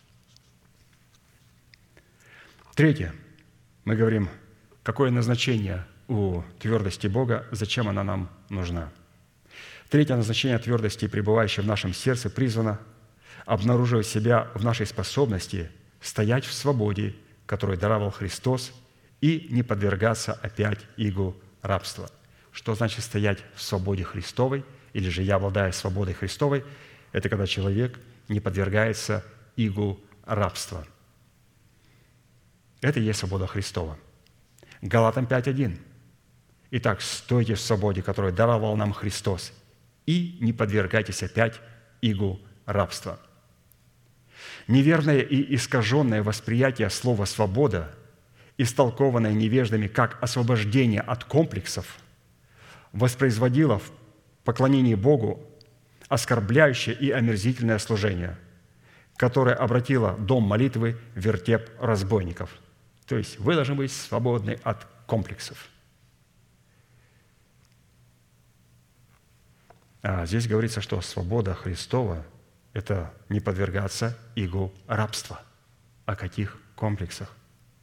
Третье. Мы говорим, какое назначение у твердости Бога, зачем она нам нужна. Третье назначение твердости, пребывающей в нашем сердце, призвано обнаруживать себя в нашей способности стоять в свободе, которую даровал Христос, и не подвергаться опять игу рабства. Что значит стоять в свободе Христовой, или же я обладаю свободой Христовой? Это когда человек не подвергается игу рабства. Это и есть свобода Христова. Галатам пять один. «Итак, стойте в свободе, которую даровал нам Христос, и не подвергайтесь опять игу рабства». Неверное и искаженное восприятие слова «свобода», истолкованное невеждами как освобождение от комплексов, воспроизводило в поклонении Богу оскорбляющее и омерзительное служение, которое обратило дом молитвы в вертеп разбойников. То есть вы должны быть свободны от комплексов. А здесь говорится, что свобода Христова – это не подвергаться игу рабства. О каких комплексах?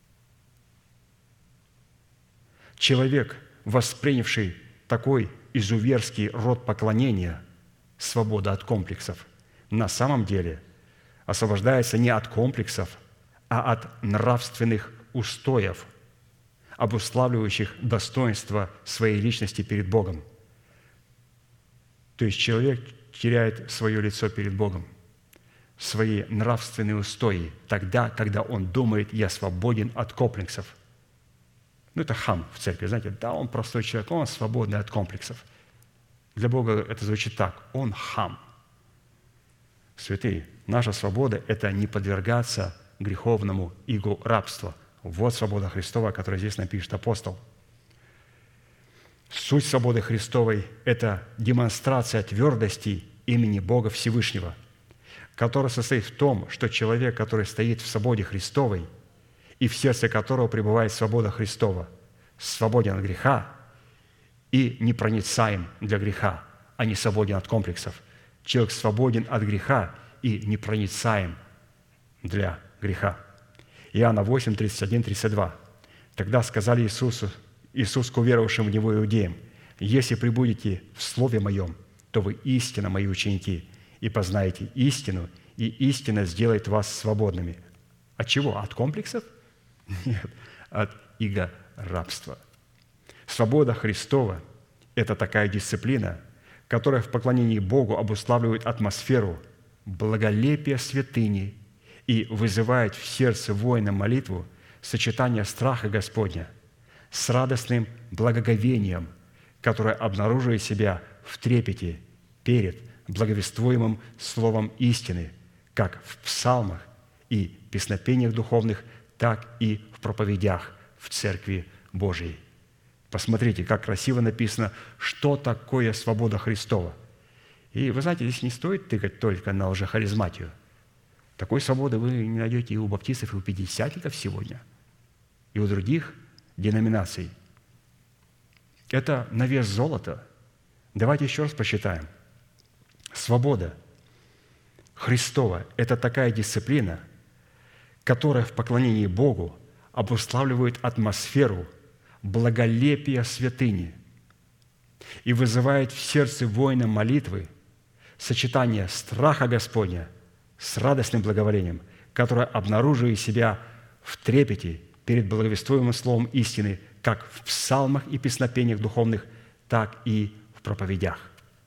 Человек, воспринявший такой изуверский род поклонения, свобода от комплексов, на самом деле освобождается не от комплексов, а от нравственных устоев, обуславливающих достоинство своей личности перед Богом. То есть человек теряет свое лицо перед Богом, свои нравственные устои, тогда, когда он думает: «Я свободен от комплексов». Ну, это хам в церкви, знаете, да, он простой человек, он свободный от комплексов. Для Бога это звучит так: он хам. Святые, наша свобода – это не подвергаться греховному игу рабства. Вот свобода Христова, о которой здесь напишет апостол. Суть свободы Христовой – это демонстрация твердости имени Бога Всевышнего, которая состоит в том, что человек, который стоит в свободе Христовой и в сердце которого пребывает свобода Христова, свободен от греха и непроницаем для греха, а не свободен от комплексов. Человек свободен от греха и непроницаем для греха. Иоанна восемь, тридцать один, тридцать два. «Тогда сказали Иисусу, Иисус к уверовавшим в Него иудеям: если пребудете в Слове Моем, то вы истинно Мои ученики, и познаете истину, и истина сделает вас свободными». От чего? От комплексов? Нет, от иго рабства. Свобода Христова – это такая дисциплина, которая в поклонении Богу обуславливает атмосферу благолепия святыни и вызывает в сердце воина молитву сочетание страха Господня с радостным благоговением, которое обнаруживает себя в трепете перед благовествуемым словом истины, как в псалмах и песнопениях духовных, так и в проповедях в Церкви Божией. Посмотрите, как красиво написано, что такое свобода Христова. И вы знаете, здесь не стоит тыкать только на лжехаризматию. Такой свободы вы не найдете и у баптистов, и у пятидесятников сегодня, и у других деноминаций. Это на вес золота. Давайте еще раз посчитаем. Свобода Христова – это такая дисциплина, которая в поклонении Богу обуславливает атмосферу благолепия святыни и вызывает в сердце воина молитвы сочетание страха Господня с радостным благоволением, которое обнаруживает себя в трепете перед благовествуемым словом истины, как в псалмах и песнопениях духовных, так и в проповедях.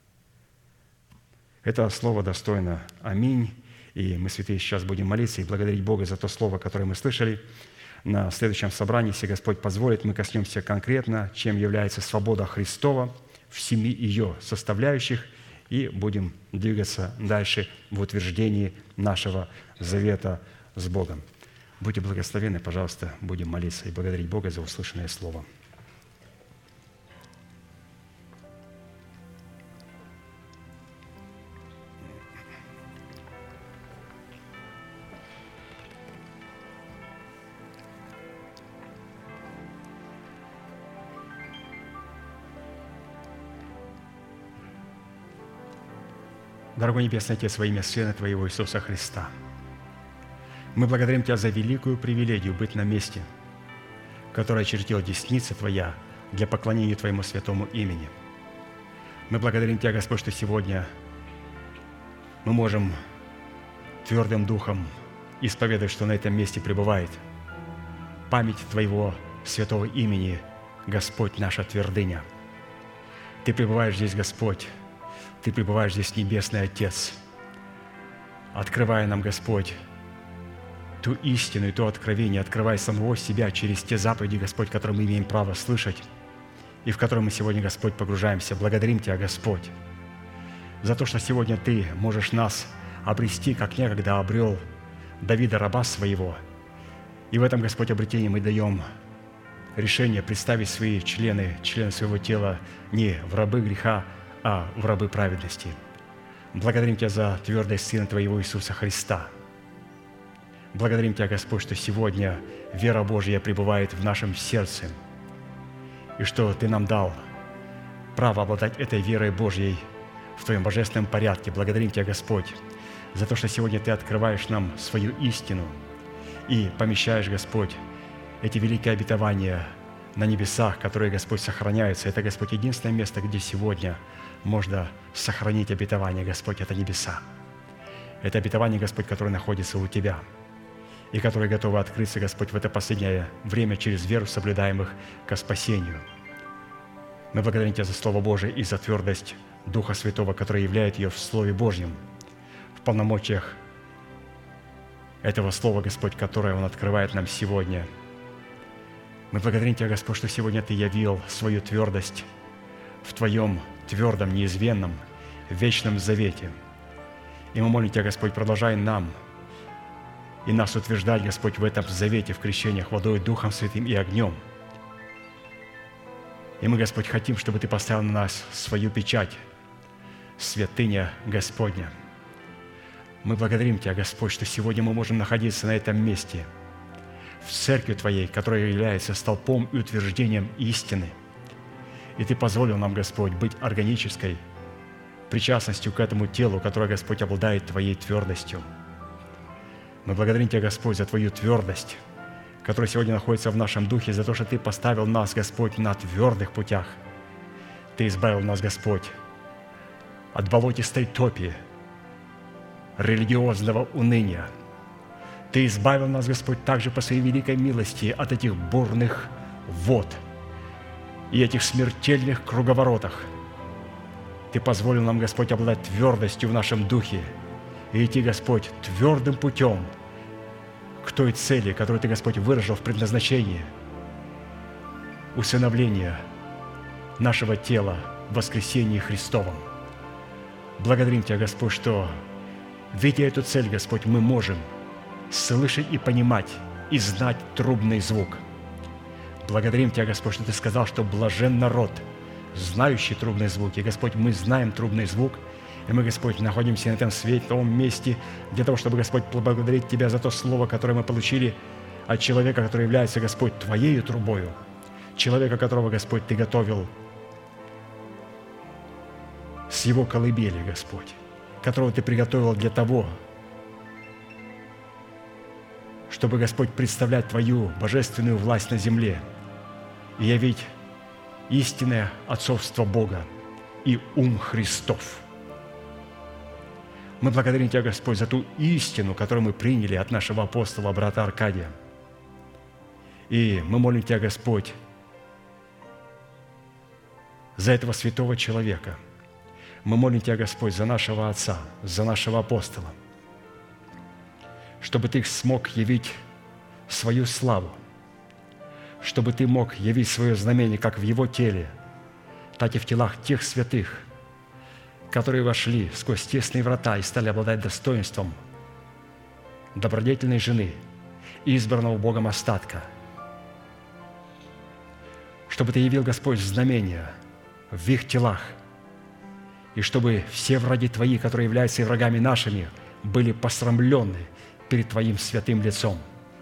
Это слово достойно «Аминь». И мы, святые, сейчас будем молиться и благодарить Бога за то слово, которое мы слышали. На следующем собрании, если Господь позволит, мы коснемся конкретно, чем является свобода Христова в семи ее составляющих, и будем двигаться дальше в утверждении нашего завета с Богом. Будьте благословенны, пожалуйста, будем молиться и благодарить Бога за услышанное слово. Дорогой Небесный Отец, во имя Сына Твоего Иисуса Христа, мы благодарим Тебя за великую привилегию быть на месте, которое очертила десница Твоя для поклонения Твоему святому имени. Мы благодарим Тебя, Господь, что сегодня мы можем твердым духом исповедовать, что на этом месте пребывает память Твоего святого имени, Господь, наша твердыня. Ты пребываешь здесь, Господь, Ты пребываешь здесь, Небесный Отец, открывая нам, Господь, ту истину и то откровение, открывая самого себя через те заповеди, Господь, которые мы имеем право слышать, и в которые мы сегодня, Господь, погружаемся. Благодарим Тебя, Господь, за то, что сегодня Ты можешь нас обрести, как некогда обрел Давида, раба своего. И в этом, Господь, обретении мы даем решение представить свои члены, члены своего тела не в рабы греха, а в рабы праведности. Благодарим Тебя за твердость Сына Твоего Иисуса Христа. Благодарим Тебя, Господь, что сегодня вера Божья пребывает в нашем сердце, и что Ты нам дал право обладать этой верой Божьей в Твоем божественном порядке. Благодарим Тебя, Господь, за то, что сегодня Ты открываешь нам свою истину и помещаешь, Господь, эти великие обетования на небесах, которые, Господь, сохраняются. Это, Господь, единственное место, где сегодня можно сохранить обетование, Господь, это небеса. Это обетование, Господь, которое находится у Тебя и которое готово открыться, Господь, в это последнее время через веру соблюдаемых ко спасению. Мы благодарим Тебя за Слово Божие и за твердость Духа Святого, который являет ее в Слове Божьем, в полномочиях этого Слова, Господь, которое Он открывает нам сегодня. Мы благодарим Тебя, Господь, что сегодня Ты явил свою твердость в Твоем твердом, неизменном, вечном завете. И мы молим Тебя, Господь, продолжай нам и нас утверждать, Господь, в этом завете, в крещениях водой, Духом Святым и огнем. И мы, Господь, хотим, чтобы Ты поставил на нас свою печать, святыня Господня. Мы благодарим Тебя, Господь, что сегодня мы можем находиться на этом месте, в церкви Твоей, которая является столпом и утверждением истины. И Ты позволил нам, Господь, быть органической причастностью к этому телу, которое, Господь, обладает Твоей твердостью. Мы благодарим Тебя, Господь, за Твою твердость, которая сегодня находится в нашем духе, за то, что Ты поставил нас, Господь, на твердых путях. Ты избавил нас, Господь, от болотистой топи, религиозного уныния. Ты избавил нас, Господь, также по Своей великой милости от этих бурных вод и этих смертельных круговоротах. Ты позволил нам, Господь, обладать твердостью в нашем духе и идти, Господь, твердым путем к той цели, которую Ты, Господь, выразил в предназначении усыновления нашего тела в воскресении Христовом. Благодарим Тебя, Господь, что, видя эту цель, Господь, мы можем слышать и понимать, и знать трубный звук. Благодарим Тебя, Господь, что Ты сказал, что блажен народ, знающий трубный звук. И, Господь, мы знаем трубный звук, и мы, Господь, находимся на этом светлом месте для того, чтобы, Господь, поблагодарить Тебя за то слово, которое мы получили от человека, который является, Господь, Твоею трубою, человека, которого, Господь, Ты готовил с его колыбели, Господь, которого Ты приготовил для того, чтобы, Господь, представлять Твою божественную власть на земле и явить истинное отцовство Бога и ум Христов. Мы благодарим Тебя, Господь, за ту истину, которую мы приняли от нашего апостола, брата Аркадия. И мы молим Тебя, Господь, за этого святого человека. Мы молим Тебя, Господь, за нашего отца, за нашего апостола, чтобы Ты смог явить свою славу, чтобы Ты мог явить свое знамение как в Его теле, так и в телах тех святых, которые вошли сквозь тесные врата и стали обладать достоинством добродетельной жены, избранного Богом остатка. Чтобы Ты явил, Господь, знамения в их телах, и чтобы все враги Твои, которые являются и врагами нашими, были посрамлены перед Твоим святым лицом.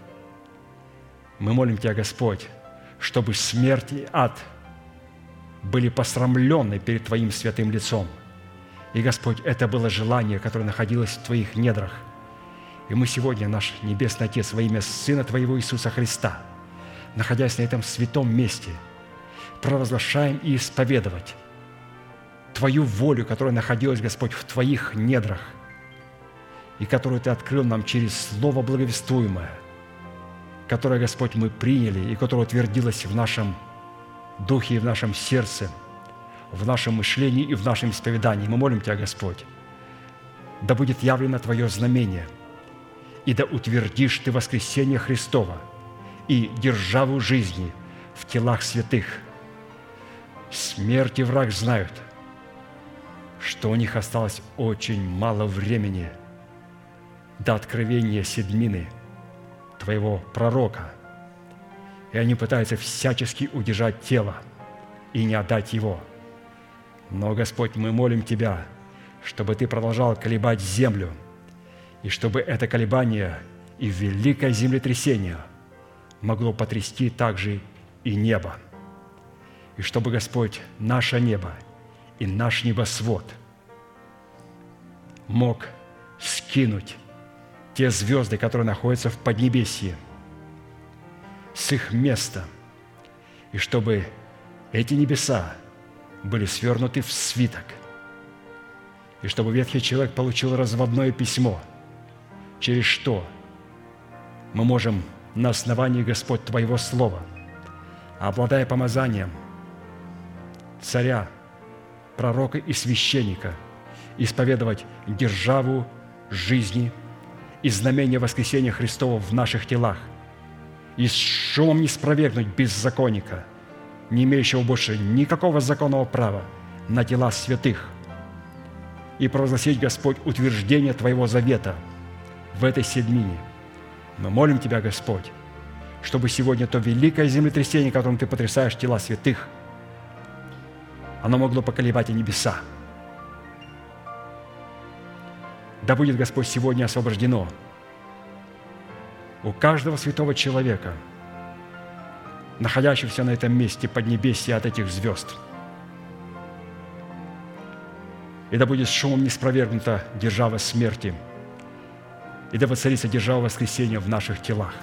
Мы молим Тебя, Господь, чтобы смерть и ад были посрамлены перед Твоим святым лицом. И, Господь, это было желание, которое находилось в Твоих недрах. И мы сегодня, наш Небесный Отец, во имя Сына Твоего Иисуса Христа, находясь на этом святом месте, провозглашаем и исповедовать Твою волю, которая находилась, Господь, в Твоих недрах, и которую Ты открыл нам через Слово благовествуемое, которое, Господь, мы приняли, и которое утвердилось в нашем духе и в нашем сердце, в нашем мышлении и в нашем исповедании. Мы молим Тебя, Господь, да будет явлено Твое знамение, и да утвердишь Ты воскресение Христова и державу жизни в телах святых. Смерть и враг знают, что у них осталось очень мало времени до откровения седьмины Твоего пророка, и они пытаются всячески удержать тело и не отдать его. Но, Господь, мы молим Тебя, чтобы Ты продолжал колебать землю, и чтобы это колебание и великое землетрясение могло потрясти также и небо. И чтобы, Господь, наше небо и наш небосвод мог скинуть те звезды, которые находятся в Поднебесье, с их места, и чтобы эти небеса были свернуты в свиток, и чтобы ветхий человек получил разводное письмо, через что мы можем на основании, Господь, Твоего Слова, обладая помазанием царя, пророка и священника, исповедовать державу жизни и знамение воскресения Христова в наших телах, и с шумом не спровергнуть беззаконника, не имеющего больше никакого законного права на тела святых, и провозгласить, Господь, утверждение Твоего завета в этой седмине. Мы молим Тебя, Господь, чтобы сегодня то великое землетрясение, которым Ты потрясаешь тела святых, оно могло поколебать и небеса. Да будет, Господь, сегодня освобождено у каждого святого человека, находящегося на этом месте Поднебесья от этих звезд. И да будет шумом не спровергнута держава смерти, и да воцарится держава воскресения в наших телах.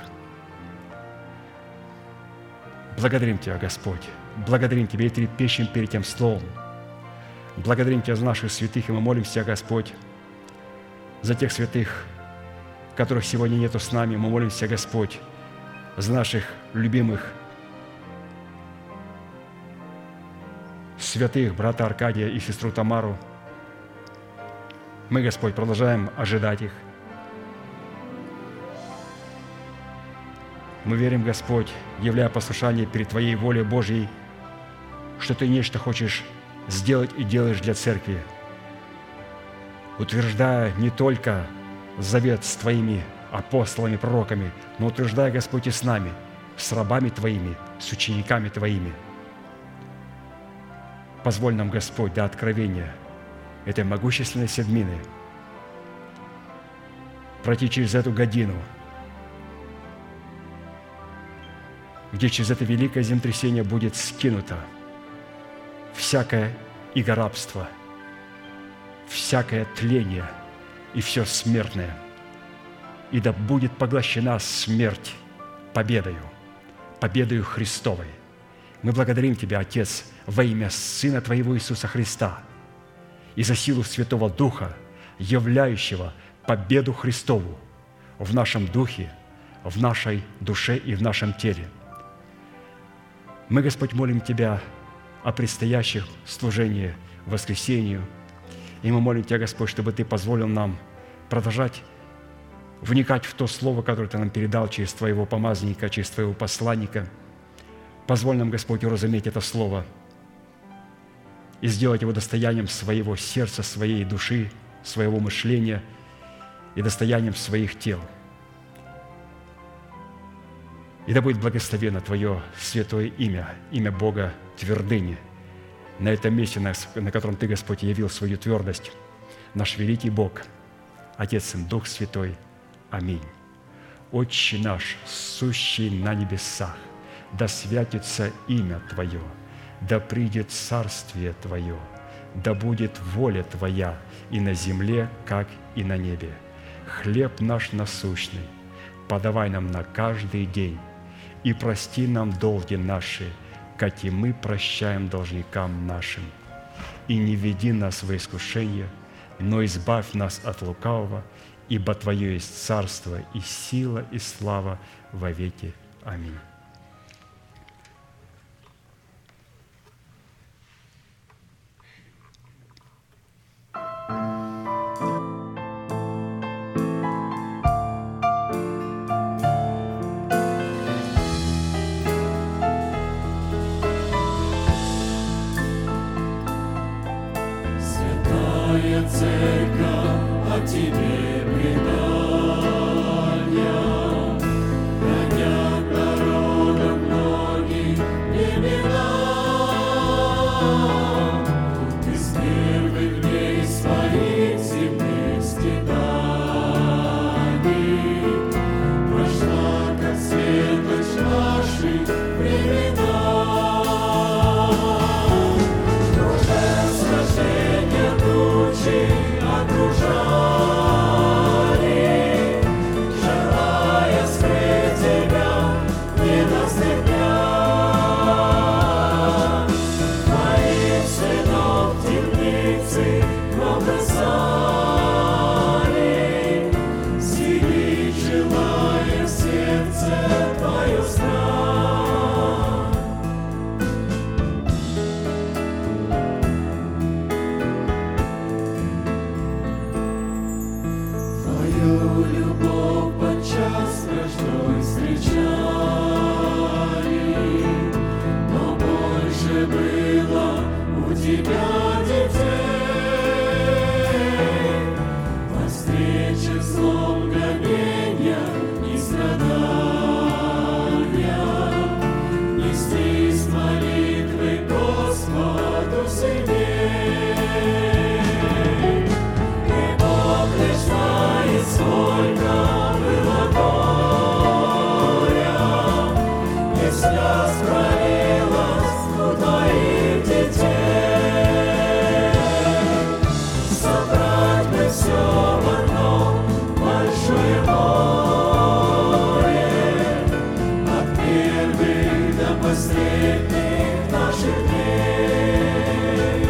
Благодарим Тебя, Господь, благодарим Тебя и трепещем перед Тем Словом. Благодарим Тебя за наших святых, и мы молимся, Господь, за тех святых, которых сегодня нету с нами. Мы молимся, Господь, за наших любимых святых, брата Аркадия и сестру Тамару. Мы, Господь, продолжаем ожидать их. Мы верим, Господь, являя послушание перед Твоей волей Божьей, что Ты нечто хочешь сделать и делаешь для церкви, утверждая не только завет с Твоими апостолами, пророками, но утверждая, Господь, и с нами, с рабами Твоими, с учениками Твоими. Позволь нам, Господь, до откровения этой могущественной седмины пройти через эту годину, где через это великое землетрясение будет скинуто всякое игорабство, всякое тление и все смертное, и да будет поглощена смерть победою, победою Христовой. Мы благодарим Тебя, Отец, во имя Сына Твоего Иисуса Христа и за силу Святого Духа, являющего победу Христову в нашем духе, в нашей душе и в нашем теле. Мы, Господь, молим Тебя о предстоящих служениях воскресению, и мы молим Тебя, Господь, чтобы Ты позволил нам продолжать вникать в то Слово, которое Ты нам передал через Твоего помазанника, через Твоего посланника. Позволь нам, Господь, уразуметь это Слово и сделать его достоянием своего сердца, своей души, своего мышления и достоянием своих тел. И да будет благословено Твое святое имя, имя Бога твердыни, на этом месте, на котором Ты, Господь, явил свою твердость, наш великий Бог, Отец и Дух Святой. Аминь. Отче наш, сущий на небесах, да святится имя Твое, да придет царствие Твое, да будет воля Твоя и на земле, как и на небе. Хлеб наш насущный подавай нам на каждый день, и прости нам долги наши, как и мы прощаем должникам нашим. И не веди нас во искушение, но избавь нас от лукавого, ибо Твое есть царство и сила и слава во веки. Аминь. Церковь, о Тебе предания, хранят народ. мы встречали, но больше было у тебя детей. Во встрече с злом гонения и страдания нестись молитвы Господу сильней. И Бог лишь знает, сколько было горя, и слез пролилось у твоих детей. Собрать бы все в одно большое море, от первых до последних наших дней.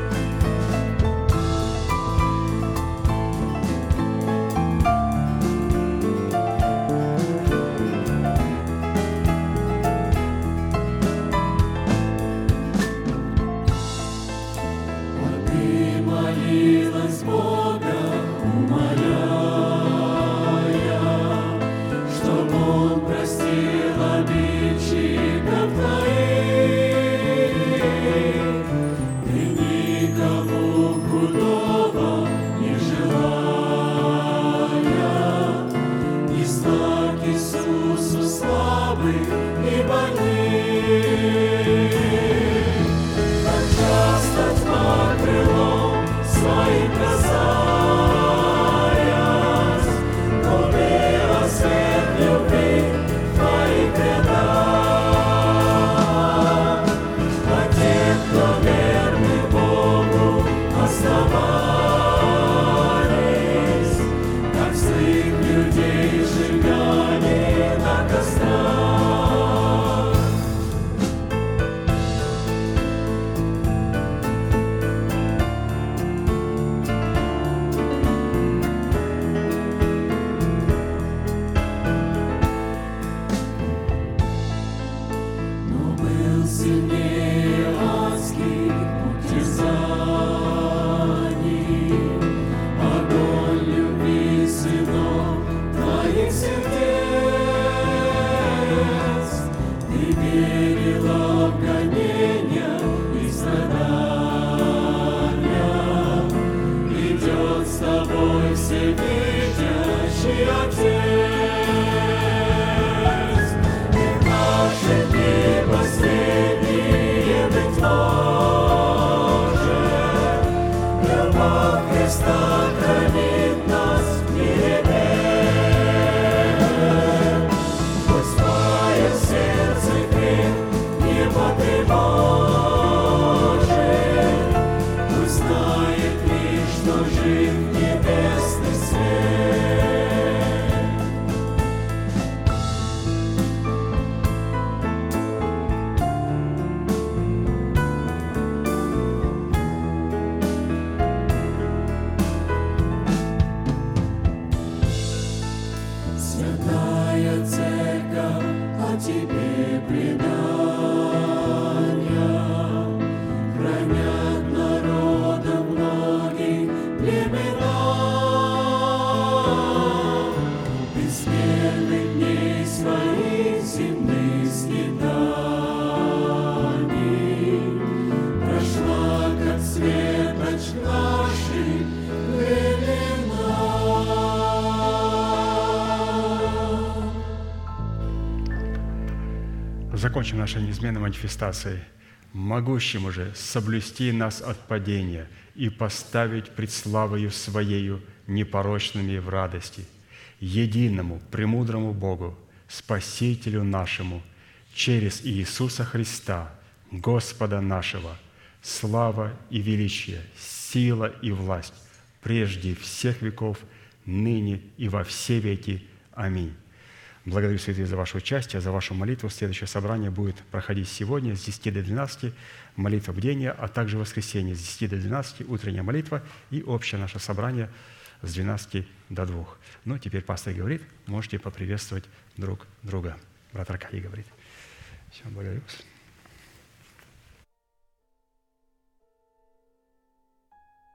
А ты молилась Бога, умоляя, чтоб Он простил обидчиков твоих. Ты никому худого не желая, несла к Иисусу слабых и больных. Как часто тьма крылом своим касаясь, губила свет любви в твоих рядах. А те, кто верны Богу оставались, как злых людей сжигали на кострах. Но был сильнее адских утязаний огонь любви сынов твоих сердец. Ты верила в гонения и страдания, идет с тобой всевидящий Отец. И в наши дни последние, быть может, любовь Христа хранит нас в мире. Пусть твое сердце крепь не потревожит, пусть знает лишь, что жив небесный свет. Святая Церковь, о тебе предания хранят народов многих племена. Ты с первых дней своих земных скитаний прошла, как светоч наших времена. Закончим нашей неизменной манифестацией. Могущему же соблюсти нас от падения и поставить пред славою Своею непорочными в радости, единому, премудрому Богу, Спасителю нашему, через Иисуса Христа, Господа нашего, слава и величие, сила и власть, прежде всех веков, ныне и во все веки. Аминь. Благодарю, святые, за ваше участие, за вашу молитву. Следующее собрание будет проходить сегодня с десяти до двенадцати, молитва бдения, а также в воскресенье с десяти до двенадцати, утренняя молитва и общее наше собрание с двенадцати до двух. Ну, теперь пастор говорит, можете поприветствовать друг друга. Брат Аркадий говорит. Все, благодарю вас.